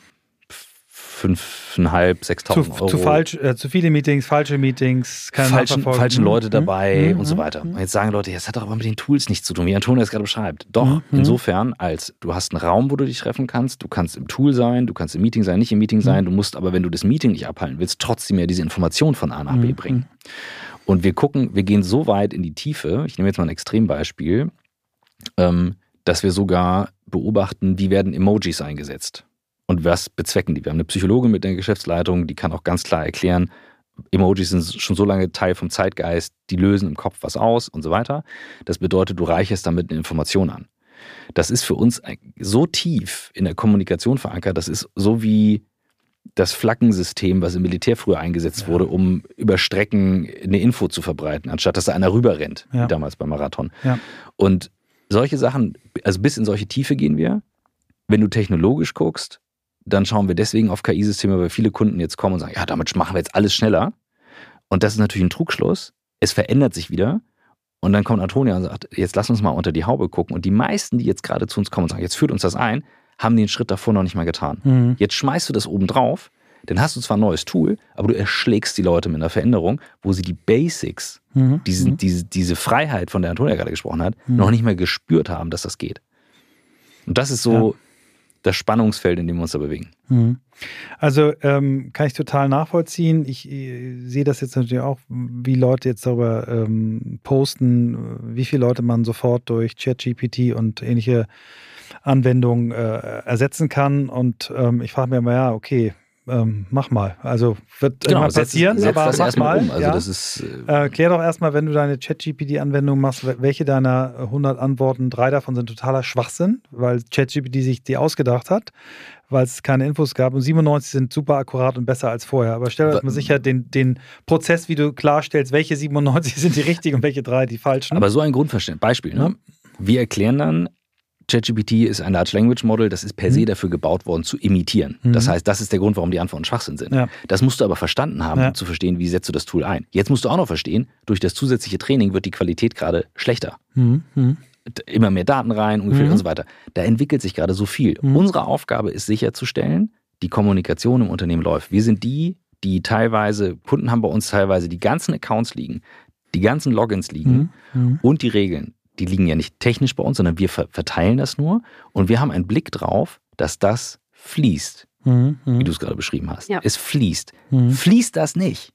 fünfeinhalb, sechstausend Euro. Zu, falsch, äh, zu viele Meetings, falsche Meetings, keine falschen, falschen Leute mhm. dabei mhm. und so weiter. Und jetzt sagen Leute, das hat doch aber mit den Tools nichts zu tun, wie Antonia es gerade beschreibt. Doch, mhm. insofern, als du hast einen Raum, wo du dich treffen kannst, du kannst im Tool sein, du kannst im Meeting sein, nicht im Meeting sein, du musst aber, wenn du das Meeting nicht abhalten willst, trotzdem ja diese Information von A nach B mhm. bringen. Und wir gucken, wir gehen so weit in die Tiefe, ich nehme jetzt mal ein Extrembeispiel, ähm, dass wir sogar beobachten, wie werden Emojis eingesetzt und was bezwecken die. Wir haben eine Psychologin mit der Geschäftsleitung, die kann auch ganz klar erklären, Emojis sind schon so lange Teil vom Zeitgeist, die lösen im Kopf was aus und so weiter. Das bedeutet, du reicherst damit eine Information an. Das ist für uns so tief in der Kommunikation verankert, das ist so wie das Flaggensystem, was im Militär früher eingesetzt ja. wurde, um über Strecken eine Info zu verbreiten, anstatt dass da einer rüberrennt, ja. wie damals beim Marathon. Ja. Und solche Sachen, also bis in solche Tiefe gehen wir. Wenn du technologisch guckst, dann schauen wir deswegen auf K I-Systeme, weil viele Kunden jetzt kommen und sagen, ja, damit machen wir jetzt alles schneller. Und das ist natürlich ein Trugschluss. Es verändert sich wieder. Und dann kommt Antonia und sagt, jetzt lass uns mal unter die Haube gucken. Und die meisten, die jetzt gerade zu uns kommen und sagen, jetzt führt uns das ein, haben den Schritt davor noch nicht mal getan. Mhm. Jetzt schmeißt du das oben drauf, dann hast du zwar ein neues Tool, aber du erschlägst die Leute mit einer Veränderung, wo sie die Basics, Mhm. diese, Mhm. diese, diese Freiheit, von der Antonia gerade gesprochen hat, Mhm. noch nicht mehr gespürt haben, dass das geht. Und das ist so Ja. das Spannungsfeld, in dem wir uns da bewegen. Mhm. Also ähm, kann ich total nachvollziehen. Ich äh, sehe das jetzt natürlich auch, wie Leute jetzt darüber ähm, posten, wie viele Leute man sofort durch ChatGPT und ähnliche Anwendungen äh, ersetzen kann. Und ähm, ich frage mir immer, ja, okay, ähm, mach mal. Also wird Genau, irgendwann setz, passieren, setz aber das mach erstmal mal. um. Also ja. das ist, äh, Äh, klär doch erstmal, wenn du deine ChatGPT-Anwendung machst, welche deiner hundert Antworten, drei davon sind totaler Schwachsinn, weil ChatGPT sich die ausgedacht hat, weil es keine Infos gab, und siebenundneunzig sind super akkurat und besser als vorher. Aber stell dir Aber- mal sicher den, den Prozess, wie du klarstellst, welche siebenundneunzig sind die richtigen und welche drei die falschen. aber so ein Grundverständnis. Beispiel, ne? Ja. Wir erklären dann, ChatGPT ist ein Large Language Model, das ist per Mhm. se dafür gebaut worden, zu imitieren. Mhm. Das heißt, das ist der Grund, warum die Antworten Schwachsinn sind. Ja. Das musst du aber verstanden haben, Ja. um zu verstehen, wie setzt du das Tool ein. Jetzt musst du auch noch verstehen, durch das zusätzliche Training wird die Qualität gerade schlechter. Mhm. Mhm. Immer mehr Daten rein, ungefähr Mhm. und so weiter. Da entwickelt sich gerade so viel. Mhm. Unsere Aufgabe ist sicherzustellen, die Kommunikation im Unternehmen läuft. Wir sind die, die teilweise, Kunden haben bei uns teilweise die ganzen Accounts liegen, die ganzen Logins liegen Mhm. Mhm. und die Regeln. Die liegen ja nicht technisch bei uns, sondern wir ver- verteilen das nur und wir haben einen Blick drauf, dass das fließt, Mhm. wie du es gerade beschrieben hast. Ja. Es fließt. Mhm. Fließt das nicht,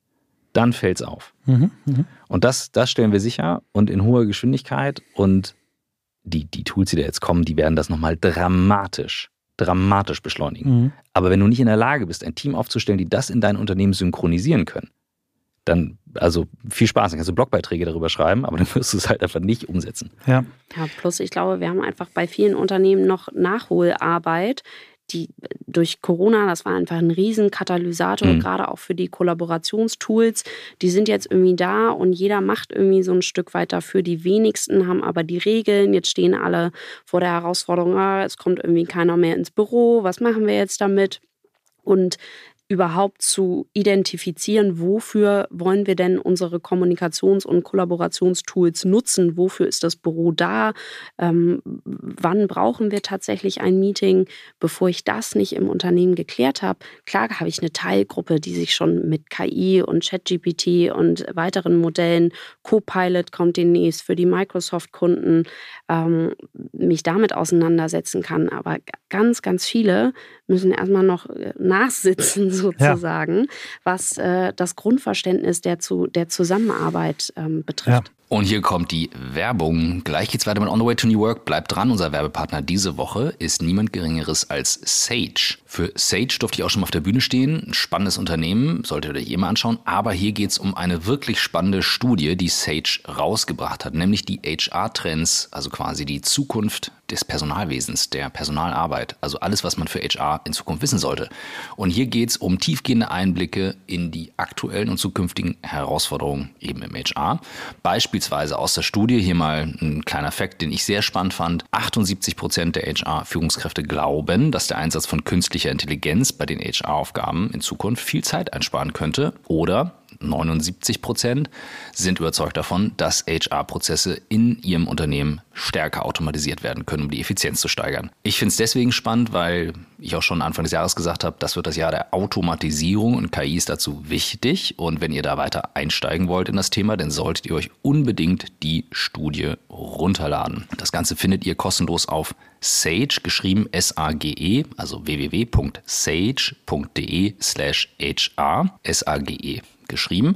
dann fällt es auf. Mhm. Mhm. Und das, das stellen wir sicher und in hoher Geschwindigkeit. Und die, die Tools, die da jetzt kommen, die werden das nochmal dramatisch, dramatisch beschleunigen. Mhm. Aber wenn du nicht in der Lage bist, ein Team aufzustellen, die das in dein Unternehmen synchronisieren können, dann, also viel Spaß, dann kannst du Blogbeiträge darüber schreiben, aber dann wirst du es halt einfach nicht umsetzen. Ja. Ja, plus ich glaube, wir haben einfach bei vielen Unternehmen noch Nachholarbeit, die durch Corona, das war einfach ein riesen Katalysator, Mhm. gerade auch für die Kollaborationstools, die sind jetzt irgendwie da und jeder macht irgendwie so ein Stück weit dafür. Die wenigsten haben aber die Regeln. Jetzt stehen alle vor der Herausforderung, ah, es kommt irgendwie keiner mehr ins Büro, was machen wir jetzt damit? Und überhaupt zu identifizieren, wofür wollen wir denn unsere Kommunikations- und Kollaborationstools nutzen, wofür ist das Büro da, ähm, wann brauchen wir tatsächlich ein Meeting, bevor ich das nicht im Unternehmen geklärt habe. Klar habe ich eine Teilgruppe, die sich schon mit K I und ChatGPT und weiteren Modellen, Copilot kommt demnächst für die Microsoft-Kunden, ähm, mich damit auseinandersetzen kann, aber ganz, ganz viele müssen erstmal noch äh, nachsitzen sozusagen, was äh, das Grundverständnis der, zu, der Zusammenarbeit ähm, betrifft. Ja. Und hier kommt die Werbung. Gleich geht's weiter mit On the Way to New Work. Bleibt dran, unser Werbepartner diese Woche ist niemand Geringeres als Sage. Für Sage durfte ich auch schon mal auf der Bühne stehen. Ein spannendes Unternehmen, solltet ihr euch eh mal anschauen. Aber hier geht's um eine wirklich spannende Studie, die Sage rausgebracht hat, nämlich die H R-Trends, also quasi die Zukunft des Personalwesens, der Personalarbeit. Also alles, was man für H R in Zukunft wissen sollte. Und hier geht's um tiefgehende Einblicke in die aktuellen und zukünftigen Herausforderungen eben im H R. Beispielsweise aus der Studie, hier mal ein kleiner Fakt, den ich sehr spannend fand. achtundsiebzig Prozent der H R-Führungskräfte glauben, dass der Einsatz von künstlicher Intelligenz bei den H R-Aufgaben in Zukunft viel Zeit einsparen könnte. Oder neunundsiebzig Prozent sind überzeugt davon, dass H R-Prozesse in ihrem Unternehmen stärker automatisiert werden können, um die Effizienz zu steigern. Ich finde es deswegen spannend, weil ich auch schon Anfang des Jahres gesagt habe, das wird das Jahr der Automatisierung und K I ist dazu wichtig. Und wenn ihr da weiter einsteigen wollt in das Thema, dann solltet ihr euch unbedingt die Studie runterladen. Das Ganze findet ihr kostenlos auf Sage, geschrieben S A G E, also w w w punkt sage punkt de slash H R, S A G E geschrieben.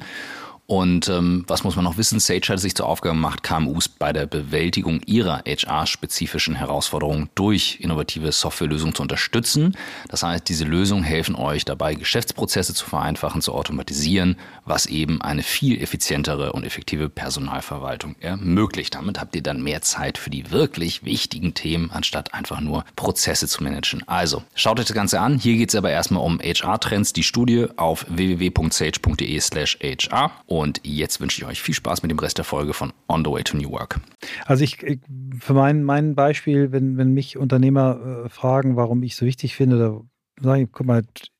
Und ähm, was muss man noch wissen? Sage hat sich zur Aufgabe gemacht, K M Us bei der Bewältigung ihrer H R-spezifischen Herausforderungen durch innovative Softwarelösungen zu unterstützen. Das heißt, diese Lösungen helfen euch dabei, Geschäftsprozesse zu vereinfachen, zu automatisieren, was eben eine viel effizientere und effektive Personalverwaltung ermöglicht. Damit habt ihr dann mehr Zeit für die wirklich wichtigen Themen, anstatt einfach nur Prozesse zu managen. Also, schaut euch das Ganze an. Hier geht es aber erstmal um H R-Trends, die Studie auf w w w punkt sage punkt de slash H R. Und jetzt wünsche ich euch viel Spaß mit dem Rest der Folge von On the Way to New Work. Also ich, ich für mein, mein Beispiel, wenn, wenn mich Unternehmer äh, fragen, warum ich so wichtig finde, da sage ich, guck mal,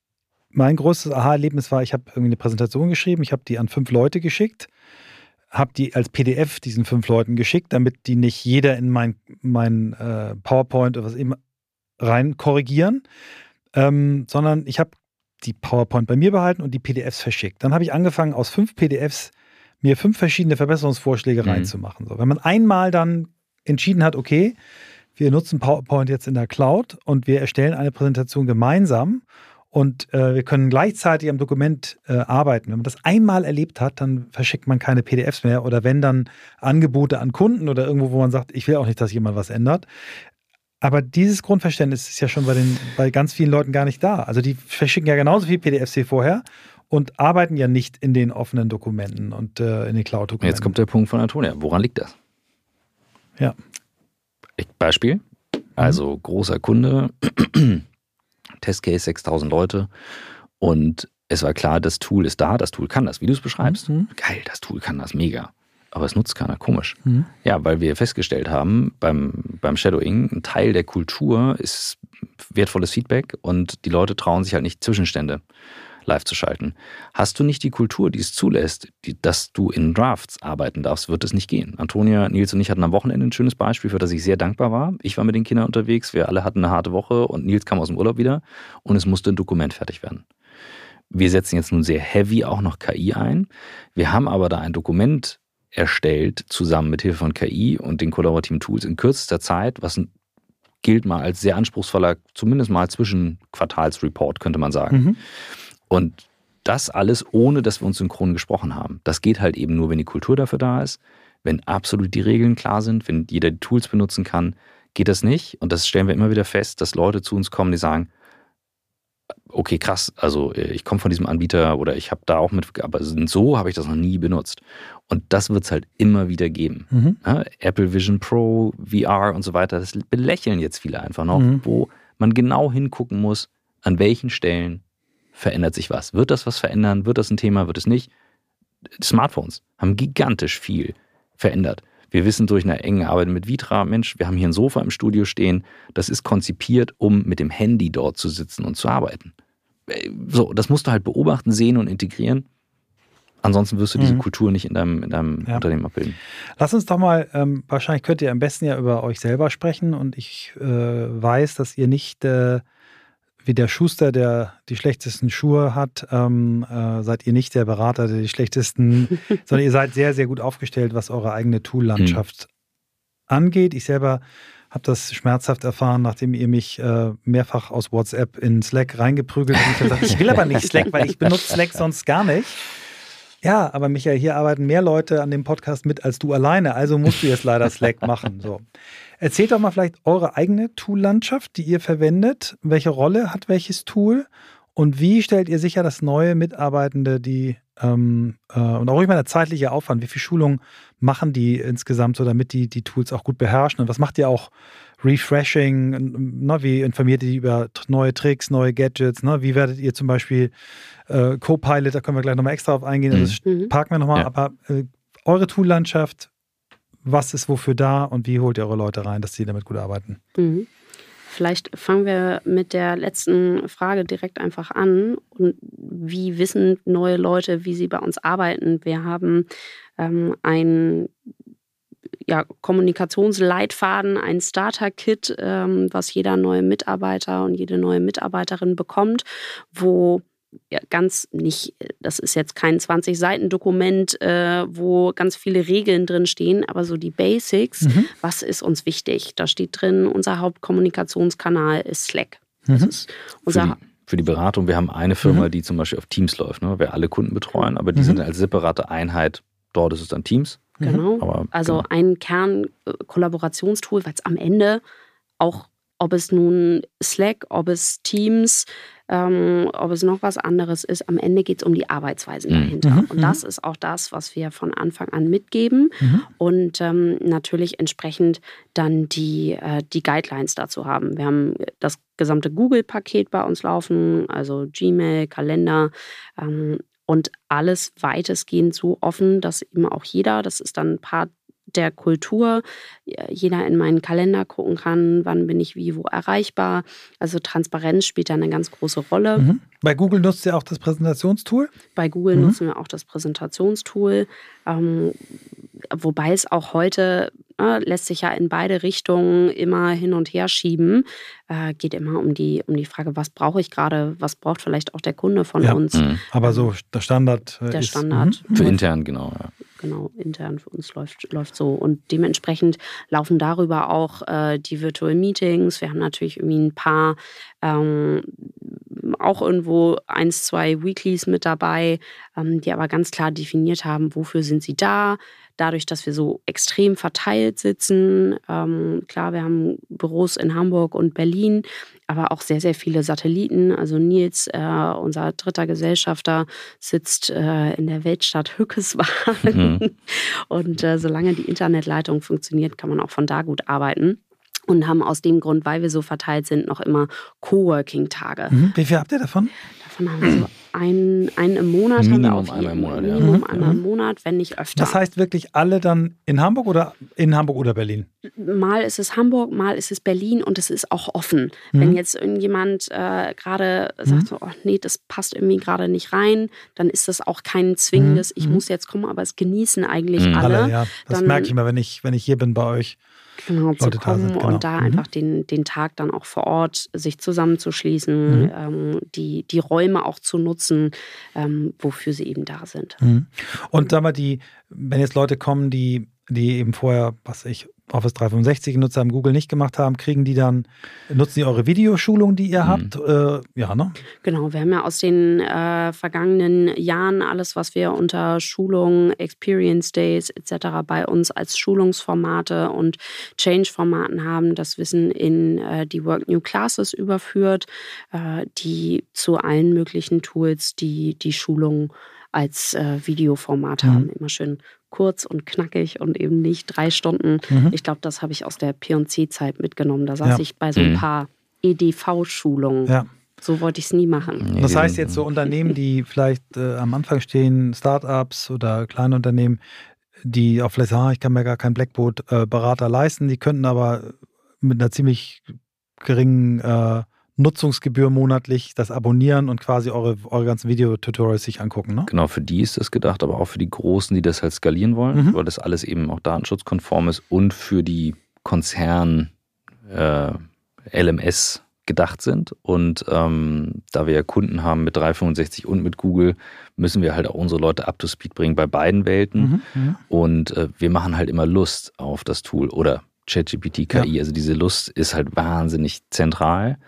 mein größtes Aha-Erlebnis war, ich habe irgendwie eine Präsentation geschrieben, ich habe die an fünf Leute geschickt, habe die als P D F diesen fünf Leuten geschickt, damit die nicht jeder in mein, mein äh, PowerPoint oder was immer rein korrigieren, ähm, sondern ich habe die PowerPoint bei mir behalten und die P D Fs verschickt. Dann habe ich angefangen, aus fünf P D Fs mir fünf verschiedene Verbesserungsvorschläge mhm. reinzumachen. So, wenn man einmal dann entschieden hat, okay, wir nutzen PowerPoint jetzt in der Cloud und wir erstellen eine Präsentation gemeinsam und äh, wir können gleichzeitig am Dokument äh, arbeiten. Wenn man das einmal erlebt hat, dann verschickt man keine P D Fs mehr oder wenn dann Angebote an Kunden oder irgendwo, wo man sagt, ich will auch nicht, dass jemand was ändert. Aber dieses Grundverständnis ist ja schon bei, den, bei ganz vielen Leuten gar nicht da. Also die verschicken ja genauso viel P D Fs wie vorher und arbeiten ja nicht in den offenen Dokumenten und äh, in den Cloud-Dokumenten. Jetzt kommt der Punkt von Antonia. Woran liegt das? Ja. Beispiel. Also mhm. großer Kunde, Testcase sechstausend Leute und es war klar, das Tool ist da, das Tool kann das, wie du es beschreibst. Mhm. Geil, das Tool kann das, mega. Aber es nutzt keiner, komisch. Mhm. Ja, weil wir festgestellt haben, beim, beim Shadowing, ein Teil der Kultur ist wertvolles Feedback und die Leute trauen sich halt nicht, Zwischenstände live zu schalten. Hast du nicht die Kultur, die es zulässt, die, dass du in Drafts arbeiten darfst, wird es nicht gehen. Antonia, Nils und ich hatten am Wochenende ein schönes Beispiel, für das ich sehr dankbar war. Ich war mit den Kindern unterwegs, wir alle hatten eine harte Woche und Nils kam aus dem Urlaub wieder und es musste ein Dokument fertig werden. Wir setzen jetzt nun sehr heavy auch noch K I ein. Wir haben aber da ein Dokument erstellt, zusammen mit Hilfe von K I und den kollaborativen Tools in kürzester Zeit, was gilt mal als sehr anspruchsvoller, zumindest mal Zwischenquartalsreport, könnte man sagen. Mhm. Und das alles, ohne dass wir uns synchron gesprochen haben. Das geht halt eben nur, wenn die Kultur dafür da ist, wenn absolut die Regeln klar sind, wenn jeder die Tools benutzen kann, geht das nicht. Und das stellen wir immer wieder fest, dass Leute zu uns kommen, die sagen, okay, krass, also ich komme von diesem Anbieter oder ich habe da auch mit, aber so habe ich das noch nie benutzt. Und das wird es halt immer wieder geben. Mhm. Ja, Apple Vision Pro, V R und so weiter, das belächeln jetzt viele einfach noch, mhm. wo man genau hingucken muss, an welchen Stellen verändert sich was. Wird das was verändern? Wird das ein Thema? Wird es nicht? Smartphones haben gigantisch viel verändert. Wir wissen durch eine enge Arbeit mit Vitra, Mensch, wir haben hier ein Sofa im Studio stehen, das ist konzipiert, um mit dem Handy dort zu sitzen und zu arbeiten. So, das musst du halt beobachten, sehen und integrieren. Ansonsten wirst du diese mhm. Kultur nicht in deinem, in deinem ja. Unternehmen abbilden. Lass uns doch mal, ähm, wahrscheinlich könnt ihr am besten ja über euch selber sprechen und ich äh, weiß, dass ihr nicht äh, wie der Schuster, der die schlechtesten Schuhe hat, ähm, äh, seid ihr nicht der Berater, der die schlechtesten, sondern ihr seid sehr, sehr gut aufgestellt, was eure eigene Tool-Landschaft mhm. angeht. Ich selber habe das schmerzhaft erfahren, nachdem ihr mich äh, mehrfach aus WhatsApp in Slack reingeprügelt habt. Ich habe gesagt, ich will aber nicht Slack, weil ich benutze Slack sonst gar nicht. Ja, aber Michael, hier arbeiten mehr Leute an dem Podcast mit als du alleine, also musst du jetzt leider Slack machen. So. Erzählt doch mal vielleicht eure eigene Tool-Landschaft, die ihr verwendet. Welche Rolle hat welches Tool? Und wie stellt ihr sicher, dass neue Mitarbeitende, die ähm, äh, und auch ruhig mal der zeitliche Aufwand, wie viel Schulungen machen die insgesamt, so damit die die Tools auch gut beherrschen? Und was macht ihr auch Refreshing? Ne? Wie informiert ihr die über neue Tricks, neue Gadgets? Ne? Wie werdet ihr zum Beispiel äh, Copilot, da können wir gleich nochmal extra drauf eingehen, also das mhm. parken wir nochmal, ja. aber äh, eure Tool-Landschaft, was ist wofür da und wie holt ihr eure Leute rein, dass sie damit gut arbeiten? Mhm. Vielleicht fangen wir mit der letzten Frage direkt einfach an. Und wie wissen neue Leute, wie sie bei uns arbeiten? Wir haben ähm, ein ja, Kommunikationsleitfaden, ein Starter-Kit, ähm, was jeder neue Mitarbeiter und jede neue Mitarbeiterin bekommt, wo ja, ganz nicht, das ist jetzt kein zwanzig-Seiten-Dokument, äh, wo ganz viele Regeln drin stehen, aber so die Basics, mhm. was ist uns wichtig? Da steht drin, unser Hauptkommunikationskanal ist Slack. Das mhm. ist unser für, die, für die Beratung, wir haben eine Firma, mhm. die zum Beispiel auf Teams läuft, ne? Wir alle Kunden betreuen, aber die mhm. sind als separate Einheit, dort ist es dann Teams. Genau, aber, also genau. ein Kern-Kollaborationstool, weil es am Ende auch, ob es nun Slack, ob es Teams, Ähm, ob es noch was anderes ist, am Ende geht es um die Arbeitsweisen mhm. dahinter. Mhm. Und das ist auch das, was wir von Anfang an mitgeben mhm. und ähm, natürlich entsprechend dann die, äh, die Guidelines dazu haben. Wir haben das gesamte Google-Paket bei uns laufen, also Gmail, Kalender ähm, und alles weitestgehend so offen, dass eben auch jeder, das ist dann ein Part der Kultur, jeder in meinen Kalender gucken kann, wann bin ich wie wo erreichbar. Also Transparenz spielt da eine ganz große Rolle. Mhm. Bei Google nutzt ihr auch das Präsentationstool? Bei Google mhm. nutzen wir auch das Präsentationstool, ähm, wobei es auch heute äh, lässt sich ja in beide Richtungen immer hin und her schieben. Äh, geht immer um die, um die Frage, was brauche ich gerade, was braucht vielleicht auch der Kunde von ja. uns. Mhm. Aber so der Standard äh, Der ist... Standard. Mhm. Für intern, genau. Ja. Genau, intern für uns läuft, läuft so. Und dementsprechend laufen darüber auch äh, die Virtual Meetings. Wir haben natürlich irgendwie ein paar, ähm, auch irgendwo eins, zwei Weeklies mit dabei, ähm, die aber ganz klar definiert haben, wofür sind sie da. Dadurch, dass wir so extrem verteilt sitzen, ähm, klar, wir haben Büros in Hamburg und Berlin, aber auch sehr, sehr viele Satelliten. Also Nils, äh, unser dritter Gesellschafter, sitzt äh, in der Weltstadt Hückeswagen. Mhm. Und äh, solange die Internetleitung funktioniert, kann man auch von da gut arbeiten. Und haben aus dem Grund, weil wir so verteilt sind, noch immer Coworking-Tage. Mhm. Wie viel habt ihr davon? Davon haben wir so einen, einen im Monat. Minimum haben wir auf einmal im Monat, ja. Minimum Mhm. einmal im Monat, wenn nicht öfter. Das heißt wirklich alle dann in Hamburg oder in Hamburg oder Berlin? Mal ist es Hamburg, mal ist es Berlin und es ist auch offen. Mhm. Wenn jetzt irgendjemand äh, gerade sagt, mhm. so, oh nee, das passt irgendwie gerade nicht rein, dann ist das auch kein zwingendes, mhm. ich muss jetzt kommen, aber es genießen eigentlich mhm. alle. alle ja. Das dann, merke ich immer, wenn ich, wenn ich hier bin bei euch. Genau, zu Leute kommen da sind, genau. und da mhm. einfach den, den Tag dann auch vor Ort sich zusammenzuschließen, mhm. ähm, die, die Räume auch zu nutzen, ähm, wofür sie eben da sind. Mhm. Und sag mal, die, wenn jetzt Leute kommen, die, die eben vorher, was ich, Office dreihundertfünfundsechzig genutzt haben, Google nicht gemacht haben, kriegen die dann, nutzen die eure Videoschulung, die ihr mhm. habt? Äh, ja, ne? Genau, wir haben ja aus den äh, vergangenen Jahren alles, was wir unter Schulung, Experience Days et cetera bei uns als Schulungsformate und Change-Formaten haben, das Wissen in äh, die Work New Classes überführt, äh, die zu allen möglichen Tools, die die Schulung als äh, Videoformat mhm. haben, immer schön kurz und knackig und eben nicht drei Stunden. Mhm. Ich glaube, das habe ich aus der P und C-Zeit mitgenommen. Da saß ja. ich bei so ein paar E D V-Schulungen. Ja. So wollte ich es nie machen. Das heißt jetzt so Unternehmen, die vielleicht äh, am Anfang stehen, Startups oder kleine Unternehmen, die auch vielleicht sagen, ah, ich kann mir gar keinen Blackboard-Berater äh, leisten, die könnten aber mit einer ziemlich geringen äh, Nutzungsgebühr monatlich das abonnieren und quasi eure, eure ganzen Videotutorials sich angucken, ne? Genau, für die ist das gedacht, aber auch für die Großen, die das halt skalieren wollen, mhm. weil das alles eben auch datenschutzkonform ist und für die Konzern äh, L M S gedacht sind. Und ähm, da wir ja Kunden haben mit dreihundertfünfundsechzig und mit Google, müssen wir halt auch unsere Leute up to speed bringen bei beiden Welten. Mhm. Mhm. Und äh, wir machen halt immer Lust auf das Tool oder ChatGPT K I. Ja. Also diese Lust ist halt wahnsinnig zentral.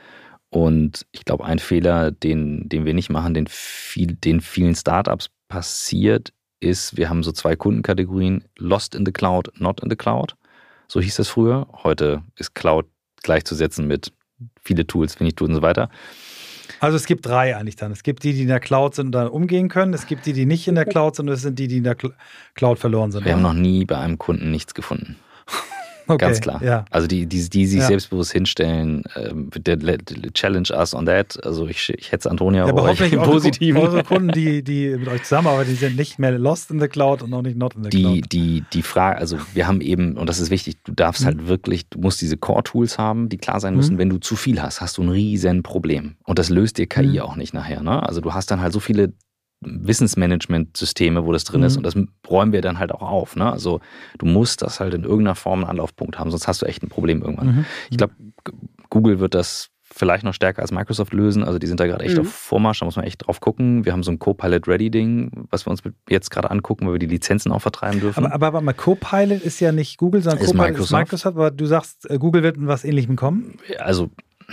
Und ich glaube, ein Fehler, den, den wir nicht machen, den, viel, den vielen Startups passiert, ist, wir haben so zwei Kundenkategorien, Lost in the Cloud, Not in the Cloud. So hieß das früher. Heute ist Cloud gleichzusetzen mit viele Tools, wenig Tools und so weiter. Also es gibt drei eigentlich dann. Es gibt die, die in der Cloud sind und dann umgehen können. Es gibt die, die nicht in der Cloud sind und es sind die, die in der Cloud verloren sind. Wir haben noch nie bei einem Kunden nichts gefunden. Okay, ganz klar. Ja. Also die, die, die sich ja. selbstbewusst hinstellen, äh, challenge us on that. Also ich, ich hätte es Antonia ja, aber euch im Positiven. Eure Kunden, die, die mit euch zusammenarbeiten, die sind nicht mehr lost in the cloud und auch nicht not in the die, cloud. Die, die Frage, also wir haben eben, und das ist wichtig, du darfst mhm. halt wirklich, du musst diese Core-Tools haben, die klar sein müssen. Mhm. Wenn du zu viel hast, hast du ein riesen Problem. Und das löst dir K I mhm. auch nicht nachher. Ne? Also du hast dann halt so viele Wissensmanagement-Systeme, wo das drin mhm. ist und das räumen wir dann halt auch auf. Ne? Also du musst das halt in irgendeiner Form einen Anlaufpunkt haben, sonst hast du echt ein Problem irgendwann. Mhm. Ich glaube, Google wird das vielleicht noch stärker als Microsoft lösen. Also die sind da gerade echt mhm. auf Vormarsch, da muss man echt drauf gucken. Wir haben so ein Copilot-Ready-Ding, was wir uns jetzt gerade angucken, weil wir die Lizenzen auch vertreiben dürfen. Aber, aber, aber Copilot ist ja nicht Google, sondern ist Copilot Microsoft. ist Microsoft, aber du sagst, Google wird in was Ähnlichem kommen? Also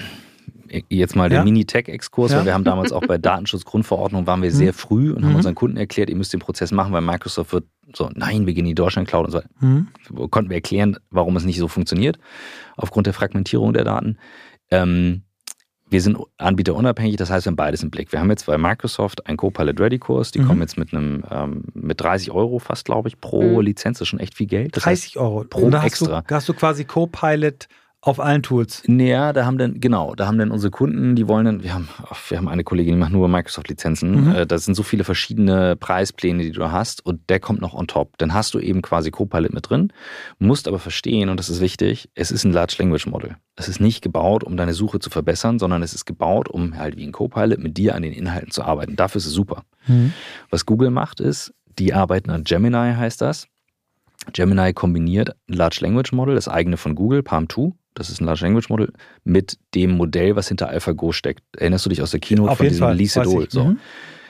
jetzt mal den ja? Mini-Tech-Exkurs, ja? weil wir haben damals auch bei Datenschutzgrundverordnung waren wir sehr früh und haben mhm. unseren Kunden erklärt, ihr müsst den Prozess machen, weil Microsoft wird so, nein, wir gehen in die Deutschland-Cloud und so. Mhm. Konnten wir erklären, warum es nicht so funktioniert, aufgrund der Fragmentierung der Daten. Ähm, wir sind anbieterunabhängig, das heißt, wir haben beides im Blick. Wir haben jetzt bei Microsoft einen Copilot-Ready-Kurs, die mhm. kommen jetzt mit einem ähm, mit dreißig Euro fast, glaube ich, pro mhm. Lizenz, das ist schon echt viel Geld. Das dreißig Euro pro da extra. Hast du, hast du quasi Copilot auf allen Tools? Naja, da haben dann, genau, da haben dann unsere Kunden, die wollen dann, wir haben, wir haben eine Kollegin, die macht nur Microsoft-Lizenzen. Mhm. Das sind so viele verschiedene Preispläne, die du hast und der kommt noch on top. Dann hast du eben quasi Copilot mit drin, musst aber verstehen, und das ist wichtig, es ist ein Large Language Model. Es ist nicht gebaut, um deine Suche zu verbessern, sondern es ist gebaut, um halt wie ein Copilot mit dir an den Inhalten zu arbeiten. Dafür ist es super. Mhm. Was Google macht ist, die arbeiten an Gemini, heißt das. Gemini kombiniert ein Large Language Model, das eigene von Google, Palm zwei, das ist ein Large Language Model, mit dem Modell, was hinter AlphaGo steckt. Erinnerst du dich aus der Keynote Auf von jeden diesem Fall, Lisedol? So. Mhm.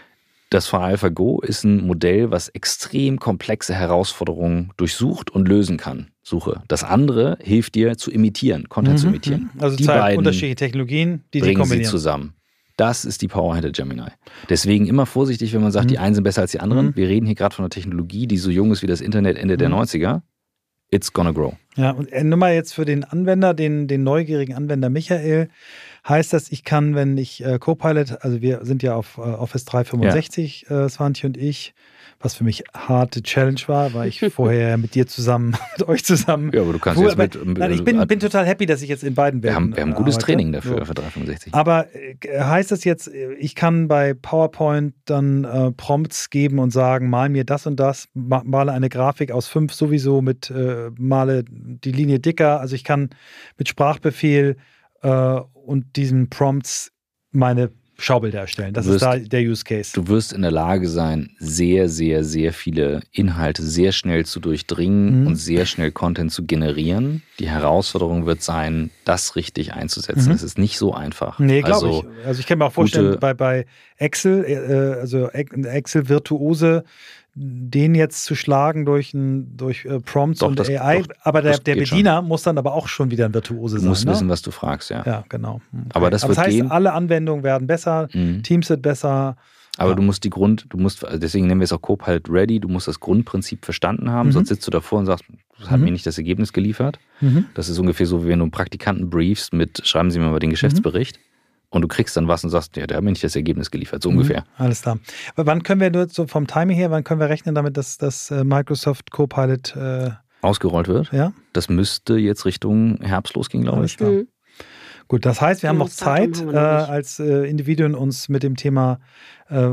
Das von AlphaGo ist ein Modell, was extrem komplexe Herausforderungen durchsucht und lösen kann. Suche. Das andere hilft dir zu imitieren, Content mhm. zu imitieren. Also die zwei beiden unterschiedliche Technologien, die bringen die kombinieren. sie zusammen. Das ist die Power hinter Gemini. Deswegen immer vorsichtig, wenn man sagt, mhm. die einen sind besser als die anderen. Mhm. Wir reden hier gerade von einer Technologie, die so jung ist wie das Internet Ende mhm. der neunziger. It's gonna grow. Ja, und nur mal jetzt für den Anwender, den, den neugierigen Anwender Michael, heißt das, ich kann, wenn ich äh, Copilot, also wir sind ja auf äh, Office dreihundertfünfundsechzig, ja. äh, Swantje und ich, was für mich harte Challenge war, weil ich vorher mit dir zusammen, mit euch zusammen. Ja, aber du kannst wo, jetzt mit, mit, nein, ich bin, bin total happy, dass ich jetzt in beiden Welten Wir haben, wir haben ein gutes arbeite. Training dafür, so. für dreihundertfünfundsechzig. Aber äh, heißt das jetzt, ich kann bei PowerPoint dann äh, Prompts geben und sagen, mal mir das und das, ma, male eine Grafik aus fünf sowieso mit, äh, male die Linie dicker. Also ich kann mit Sprachbefehl äh, und diesen Prompts meine Schaubilder erstellen. Das wirst, ist da der Use Case. Du wirst in der Lage sein, sehr, sehr, sehr viele Inhalte sehr schnell zu durchdringen mhm. und sehr schnell Content zu generieren. Die Herausforderung wird sein, das richtig einzusetzen. Es mhm. ist nicht so einfach. Nee, glaube also, ich. Also ich kann mir auch vorstellen, bei, bei Excel, äh, also Excel-Virtuose, den jetzt zu schlagen durch, ein, durch äh, Prompts doch, und das, A I, doch, aber der, der Bediener schon. muss dann aber auch schon wieder ein Virtuose du sein. Du musst ne? wissen, was du fragst, ja. Ja, genau. Okay. Aber das, aber wird das heißt, gehen. alle Anwendungen werden besser, mhm. Teams sind besser. Aber ja. du musst die Grund, du musst, deswegen nennen wir es auch Copilot Ready, du musst das Grundprinzip verstanden haben, mhm. sonst sitzt du davor und sagst, das hat mhm. mir nicht das Ergebnis geliefert. Mhm. Das ist ungefähr so, wie wenn du einen Praktikanten briefst mit, schreiben Sie mir mal den Geschäftsbericht. Mhm. Und du kriegst dann was und sagst, ja, der hat mir nicht das Ergebnis geliefert, so mhm, ungefähr. Alles klar. Aber wann können wir nur so vom Timing her, wann können wir rechnen damit, dass das Microsoft Copilot äh, ausgerollt wird? Ja. Das müsste jetzt Richtung Herbst losgehen, glaube ich. Mhm. Gut, das heißt, wir haben noch Zeit, äh, als äh, Individuen uns mit dem Thema äh,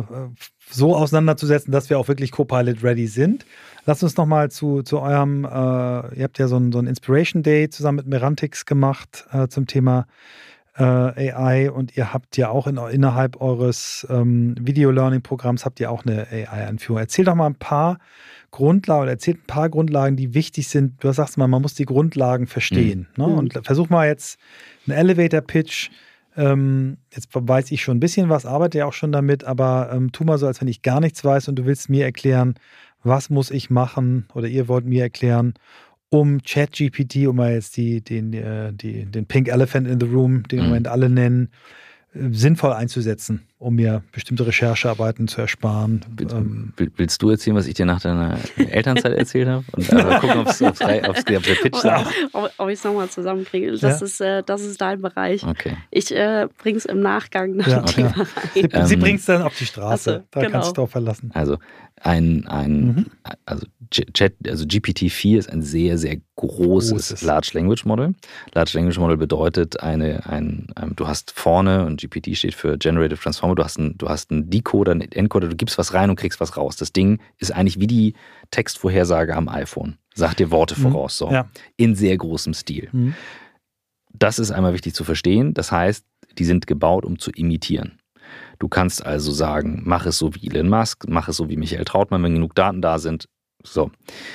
so auseinanderzusetzen, dass wir auch wirklich Copilot ready sind. Lasst uns nochmal zu, zu eurem, äh, ihr habt ja so ein, so ein Inspiration Day zusammen mit Merantix gemacht äh, zum Thema A I und ihr habt ja auch in, innerhalb eures ähm, Video-Learning-Programms habt ihr auch eine A I-Einführung. Erzähl doch mal ein paar Grundlagen oder erzählt ein paar Grundlagen, die wichtig sind. Du sagst mal, man muss die Grundlagen verstehen. Mhm. Ne? Und versuch mal jetzt einen Elevator-Pitch. Ähm, jetzt weiß ich schon ein bisschen was, arbeite ja auch schon damit, aber ähm, tu mal so, als wenn ich gar nichts weiß und du willst mir erklären, was muss ich machen oder ihr wollt mir erklären, um ChatGPT, um mal jetzt die, den, die, den Pink Elephant in the Room, den im Moment alle nennen, sinnvoll einzusetzen, um mir bestimmte Recherchearbeiten zu ersparen. Willst, ähm, willst du erzählen, was ich dir nach deiner Elternzeit erzählt habe? Und also gucken, ob es der Pitch sagt. Ob, ob ich es nochmal zusammenkriege. Das, ja. ist, äh, das ist dein Bereich. Okay. Ich äh, bringe es im Nachgang nach ja, okay. rein. Sie, ähm, sie bringt es dann auf die Straße. Also, da genau. kannst du drauf verlassen. Also ein, ein mhm. also, Chat, also G P T vier ist ein sehr, sehr großes, großes Large Language Model. Large Language Model bedeutet, eine, ein, ein, du hast vorne, und G P T steht für Generative Transformer, du hast einen, du hast einen Decoder, einen Encoder, du gibst was rein und kriegst was raus. Das Ding ist eigentlich wie die Textvorhersage am iPhone. Sagt dir Worte mhm. voraus, so. Ja. In sehr großem Stil. Mhm. Das ist einmal wichtig zu verstehen. Das heißt, die sind gebaut, um zu imitieren. Du kannst also sagen, mach es so wie Elon Musk, mach es so wie Michael Trautmann, wenn genug Daten da sind. So.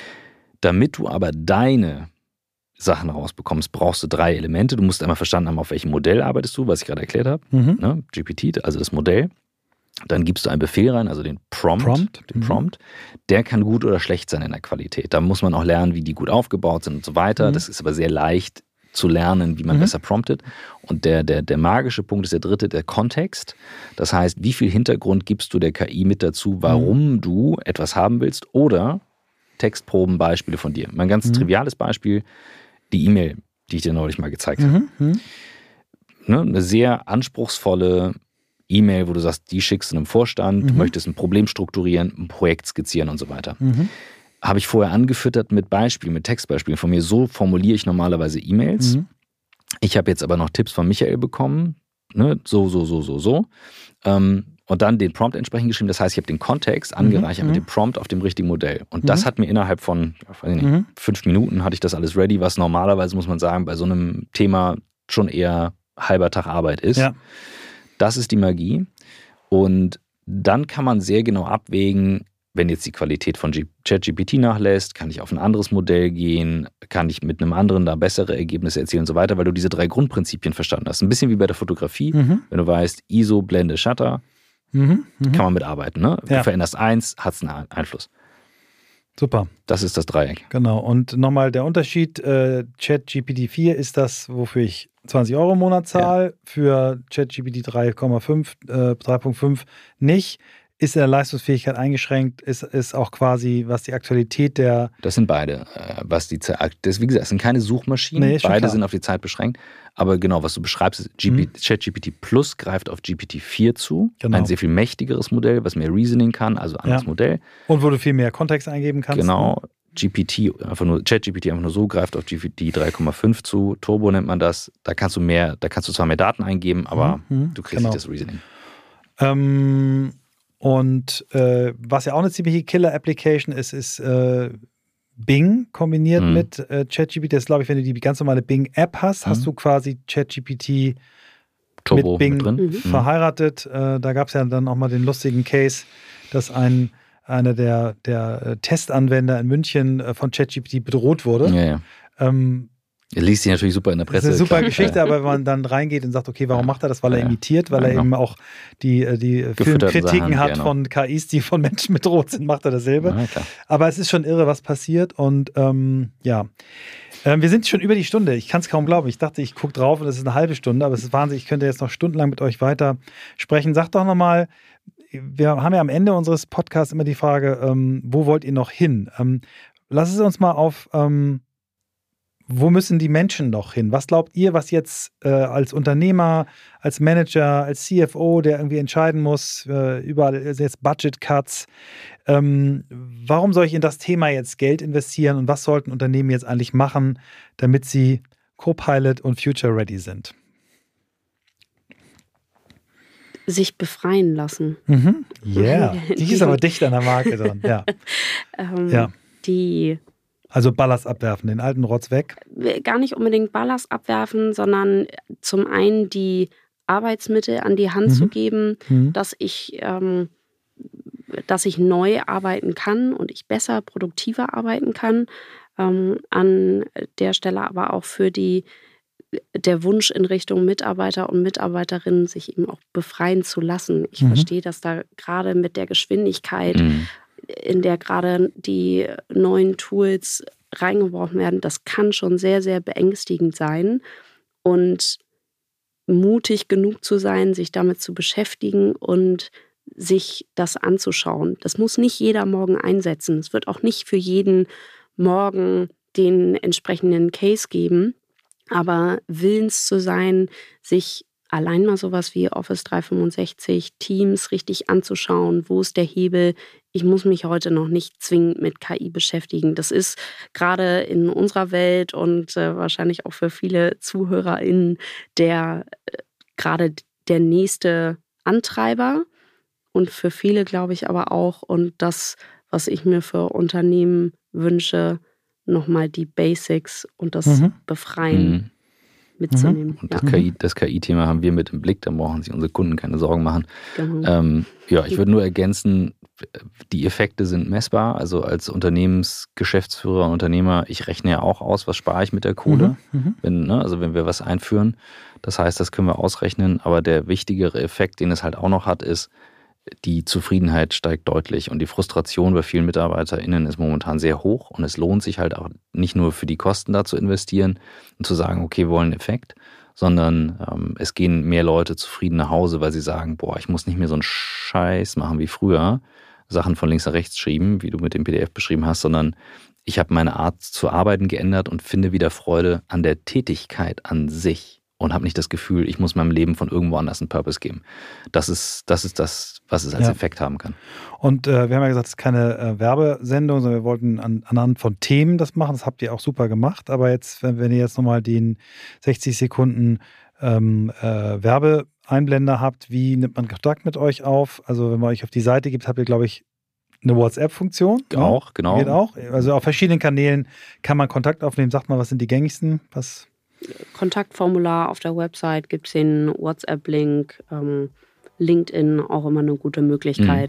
Damit du aber deine Sachen rausbekommst, brauchst du drei Elemente. Du musst einmal verstanden haben, auf welchem Modell arbeitest du, was ich gerade erklärt habe. Mhm. Ne? G P T, also das Modell. Dann gibst du einen Befehl rein, also den Prompt. Prompt. Den Prompt. Mhm. Der kann gut oder schlecht sein in der Qualität. Da muss man auch lernen, wie die gut aufgebaut sind und so weiter. Mhm. Das ist aber sehr leicht zu lernen, wie man mhm. besser promptet. Und der, der, der magische Punkt ist der dritte, der Kontext. Das heißt, wie viel Hintergrund gibst du der K I mit dazu, warum mhm. du etwas haben willst, oder Textprobenbeispiele von dir. Mein ganz mhm. triviales Beispiel, die E-Mail, die ich dir neulich mal gezeigt habe. Mhm. Ne, eine sehr anspruchsvolle E-Mail, wo du sagst, die schickst du einem Vorstand, mhm. du möchtest ein Problem strukturieren, ein Projekt skizzieren und so weiter. Mhm. Habe ich vorher angefüttert mit Beispielen, mit Textbeispielen von mir. So formuliere ich normalerweise E-Mails. Mhm. Ich habe jetzt aber noch Tipps von Michael bekommen. Ne? So, so, so, so, so. Ähm, und dann den Prompt entsprechend geschrieben. Das heißt, ich habe den Kontext angereichert mhm. mit dem Prompt auf dem richtigen Modell. Und mhm. das hat mir innerhalb von, weiß ich nicht, mhm. fünf Minuten hatte ich das alles ready, was normalerweise, muss man sagen, bei so einem Thema schon eher halber Tag Arbeit ist. Ja. Das ist die Magie. Und dann kann man sehr genau abwägen, wenn jetzt die Qualität von ChatGPT nachlässt, kann ich auf ein anderes Modell gehen, kann ich mit einem anderen da bessere Ergebnisse erzielen und so weiter, weil du diese drei Grundprinzipien verstanden hast. Ein bisschen wie bei der Fotografie, mhm. wenn du weißt, I S O, Blende, Shutter, mhm. Mhm. kann man mitarbeiten. Ne? Du ja. veränderst eins, hat es einen Einfluss. Super. Das ist das Dreieck. Genau. Und nochmal der Unterschied, äh, ChatGPT vier ist das, wofür ich zwanzig Euro im Monat zahle, ja. für ChatGPT drei Komma fünf, äh, drei Punkt fünf nicht. Ist in der Leistungsfähigkeit eingeschränkt, ist, ist auch quasi, was die Aktualität der... Das sind beide. Was die Zeit, das, wie gesagt, es sind keine Suchmaschinen, nee, beide klar. sind auf die Zeit beschränkt. Aber genau, was du beschreibst, ist G P, mhm. ChatGPT Plus greift auf G P T vier zu. Genau. Ein sehr viel mächtigeres Modell, was mehr Reasoning kann, also anderes ja. Modell. Und wo du viel mehr Kontext eingeben kannst. Genau. Ne? G P T, einfach nur, ChatGPT einfach nur so greift auf G P T drei Komma fünf zu. Turbo nennt man das. Da kannst du mehr, da kannst du zwar mehr Daten eingeben, aber mhm. du kriegst genau. nicht das Reasoning. Ähm... Und äh, was ja auch eine ziemliche Killer-Application ist, ist äh, Bing kombiniert mhm. mit äh, ChatGPT. Das ist, glaube ich, wenn du die ganz normale Bing-App hast, mhm. hast du quasi ChatGPT Turbo mit Bing mit drin. Mhm. verheiratet. Äh, da gab es ja dann auch mal den lustigen Case, dass ein, einer der, der Testanwender in München äh, von ChatGPT bedroht wurde. Ja, ja. Ähm, Er liest sich natürlich super in der Presse. Das ist eine super Geschichte, aber wenn man dann reingeht und sagt, okay, warum ja. macht er das? Weil er ja. imitiert, weil ja, genau. er eben auch die, die Filmkritiken hat genau. von K Is, die von Menschen bedroht sind, macht er dasselbe. Ja, aber es ist schon irre, was passiert. Und ähm, ja, ähm, wir sind schon über die Stunde. Ich kann es kaum glauben. Ich dachte, ich gucke drauf und es ist eine halbe Stunde, aber es ist Wahnsinn. Ich könnte jetzt noch stundenlang mit euch weiter sprechen. Sagt doch nochmal, wir haben ja am Ende unseres Podcasts immer die Frage, ähm, wo wollt ihr noch hin? Ähm, lass es uns mal auf... Ähm, Wo müssen die Menschen noch hin? Was glaubt ihr, was jetzt äh, als Unternehmer, als Manager, als C F O, der irgendwie entscheiden muss, äh, überall jetzt Budget-Cuts, ähm, warum soll ich in das Thema jetzt Geld investieren und was sollten Unternehmen jetzt eigentlich machen, damit sie Copilot und Future-Ready sind? Sich befreien lassen. Mhm. Yeah, die ist aber dicht an der Marke dran. Ja. ähm, ja. Die... Also Ballast abwerfen, den alten Rotz weg? Gar nicht unbedingt Ballast abwerfen, sondern zum einen die Arbeitsmittel an die Hand mhm. zu geben, mhm. dass ich, ähm, dass ich neu arbeiten kann und ich besser, produktiver arbeiten kann. Ähm, an der Stelle aber auch für die, der Wunsch in Richtung Mitarbeiter und Mitarbeiterinnen, sich eben auch befreien zu lassen. Ich mhm. verstehe, dass da gerade mit der Geschwindigkeit, mhm. in der gerade die neuen Tools reingeworfen werden, das kann schon sehr, sehr beängstigend sein. Und mutig genug zu sein, sich damit zu beschäftigen und sich das anzuschauen. Das muss nicht jeder morgen einsetzen. Es wird auch nicht für jeden morgen den entsprechenden Case geben. Aber willens zu sein, sich allein mal sowas wie Office dreihundertfünfundsechzig, Teams richtig anzuschauen, wo ist der Hebel? Ich muss mich heute noch nicht zwingend mit K I beschäftigen. Das ist gerade in unserer Welt und äh, wahrscheinlich auch für viele ZuhörerInnen der äh, gerade der nächste Antreiber und für viele glaube ich aber auch und das, was ich mir für Unternehmen wünsche, nochmal die Basics und das mhm. Befreien. Mhm. mitzunehmen. Und das, ja. K I, das K I-Thema haben wir mit im Blick, da brauchen sich unsere Kunden keine Sorgen machen. Genau. Ähm, ja, ich würde nur ergänzen, die Effekte sind messbar. Also als Unternehmensgeschäftsführer und Unternehmer, ich rechne ja auch aus, was spare ich mit der Kohle, mhm. wenn, ne, also wenn wir was einführen. Das heißt, das können wir ausrechnen, aber der wichtigere Effekt, den es halt auch noch hat, ist, die Zufriedenheit steigt deutlich und die Frustration bei vielen MitarbeiterInnen ist momentan sehr hoch und es lohnt sich halt auch nicht nur für die Kosten da zu investieren und zu sagen, okay, wir wollen einen Effekt, sondern ähm, es gehen mehr Leute zufrieden nach Hause, weil sie sagen, boah, ich muss nicht mehr so einen Scheiß machen wie früher, Sachen von links nach rechts schreiben, wie du mit dem P D F beschrieben hast, sondern ich habe meine Art zu arbeiten geändert und finde wieder Freude an der Tätigkeit an sich. Und habe nicht das Gefühl, ich muss meinem Leben von irgendwo anders einen Purpose geben. Das ist das, ist das was es als ja. Effekt haben kann. Und äh, wir haben ja gesagt, es ist keine äh, Werbesendung, sondern wir wollten an, anhand von Themen das machen. Das habt ihr auch super gemacht. Aber jetzt, wenn, wenn ihr jetzt nochmal den sechzig Sekunden ähm, äh, Werbeeinblender habt, wie nimmt man Kontakt mit euch auf? Also wenn man euch auf die Seite gibt, habt ihr, glaube ich, eine WhatsApp-Funktion. Auch, ne? genau. Geht auch. Also auf verschiedenen Kanälen kann man Kontakt aufnehmen. Sagt mal, was sind die gängigsten? Was... Kontaktformular auf der Website, gibt es den WhatsApp-Link, ähm, LinkedIn auch immer eine gute Möglichkeit.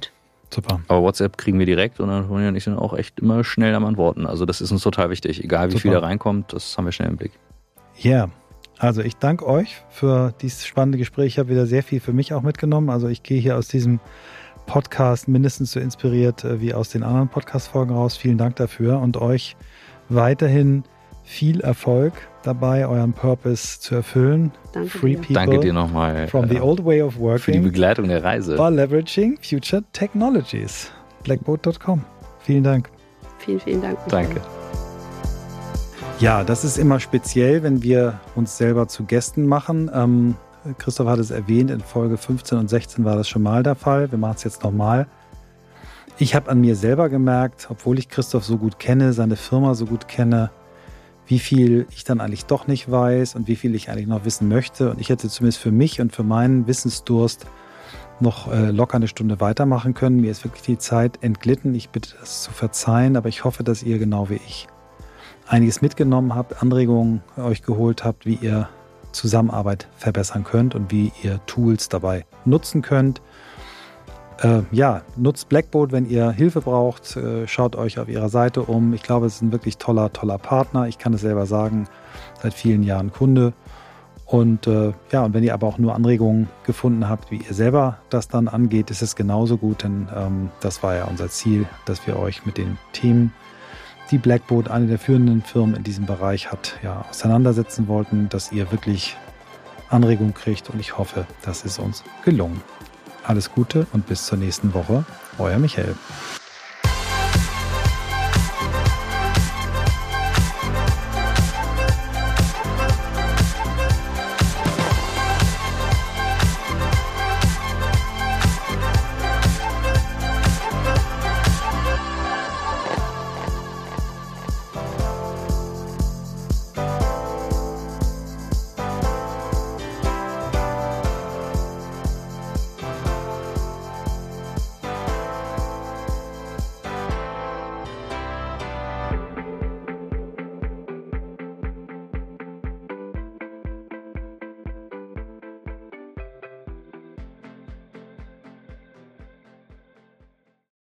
Super. Aber WhatsApp kriegen wir direkt und Antonia und ich sind auch echt immer schnell am Antworten. Also das ist uns total wichtig. Egal wie Super. viel da reinkommt, das haben wir schnell im Blick. Ja, yeah. Also ich danke euch für dieses spannende Gespräch. Ich habe wieder sehr viel für mich auch mitgenommen. Also ich gehe hier aus diesem Podcast mindestens so inspiriert wie aus den anderen Podcast-Folgen raus. Vielen Dank dafür und euch weiterhin viel Erfolg dabei, euren Purpose zu erfüllen. Danke Free dir. people Danke dir nochmal from the old way of working für die Begleitung der Reise. by leveraging future technologies. blackboat Punkt com. Vielen Dank. Vielen, vielen Dank. Danke. Ja, das ist immer speziell, wenn wir uns selber zu Gästen machen. Ähm, Christoph hat es erwähnt, in Folge fünfzehn und sechzehn war das schon mal der Fall. Wir machen es jetzt nochmal. Ich habe an mir selber gemerkt, obwohl ich Christoph so gut kenne, seine Firma so gut kenne, wie viel ich dann eigentlich doch nicht weiß und wie viel ich eigentlich noch wissen möchte. Und ich hätte zumindest für mich und für meinen Wissensdurst noch äh, locker eine Stunde weitermachen können. Mir ist wirklich die Zeit entglitten. Ich bitte das zu verzeihen, aber ich hoffe, dass ihr genau wie ich einiges mitgenommen habt, Anregungen euch geholt habt, wie ihr Zusammenarbeit verbessern könnt und wie ihr Tools dabei nutzen könnt. Äh, ja, nutzt Blackboat, wenn ihr Hilfe braucht. Äh, schaut euch auf ihrer Seite um. Ich glaube, es ist ein wirklich toller, toller Partner. Ich kann es selber sagen, seit vielen Jahren Kunde. Und äh, ja, und wenn ihr aber auch nur Anregungen gefunden habt, wie ihr selber das dann angeht, ist es genauso gut, denn ähm, das war ja unser Ziel, dass wir euch mit den Themen, die Blackboat, eine der führenden Firmen in diesem Bereich hat, ja, auseinandersetzen wollten, dass ihr wirklich Anregungen kriegt und ich hoffe, das ist uns gelungen. Alles Gute und bis zur nächsten Woche. Euer Michael.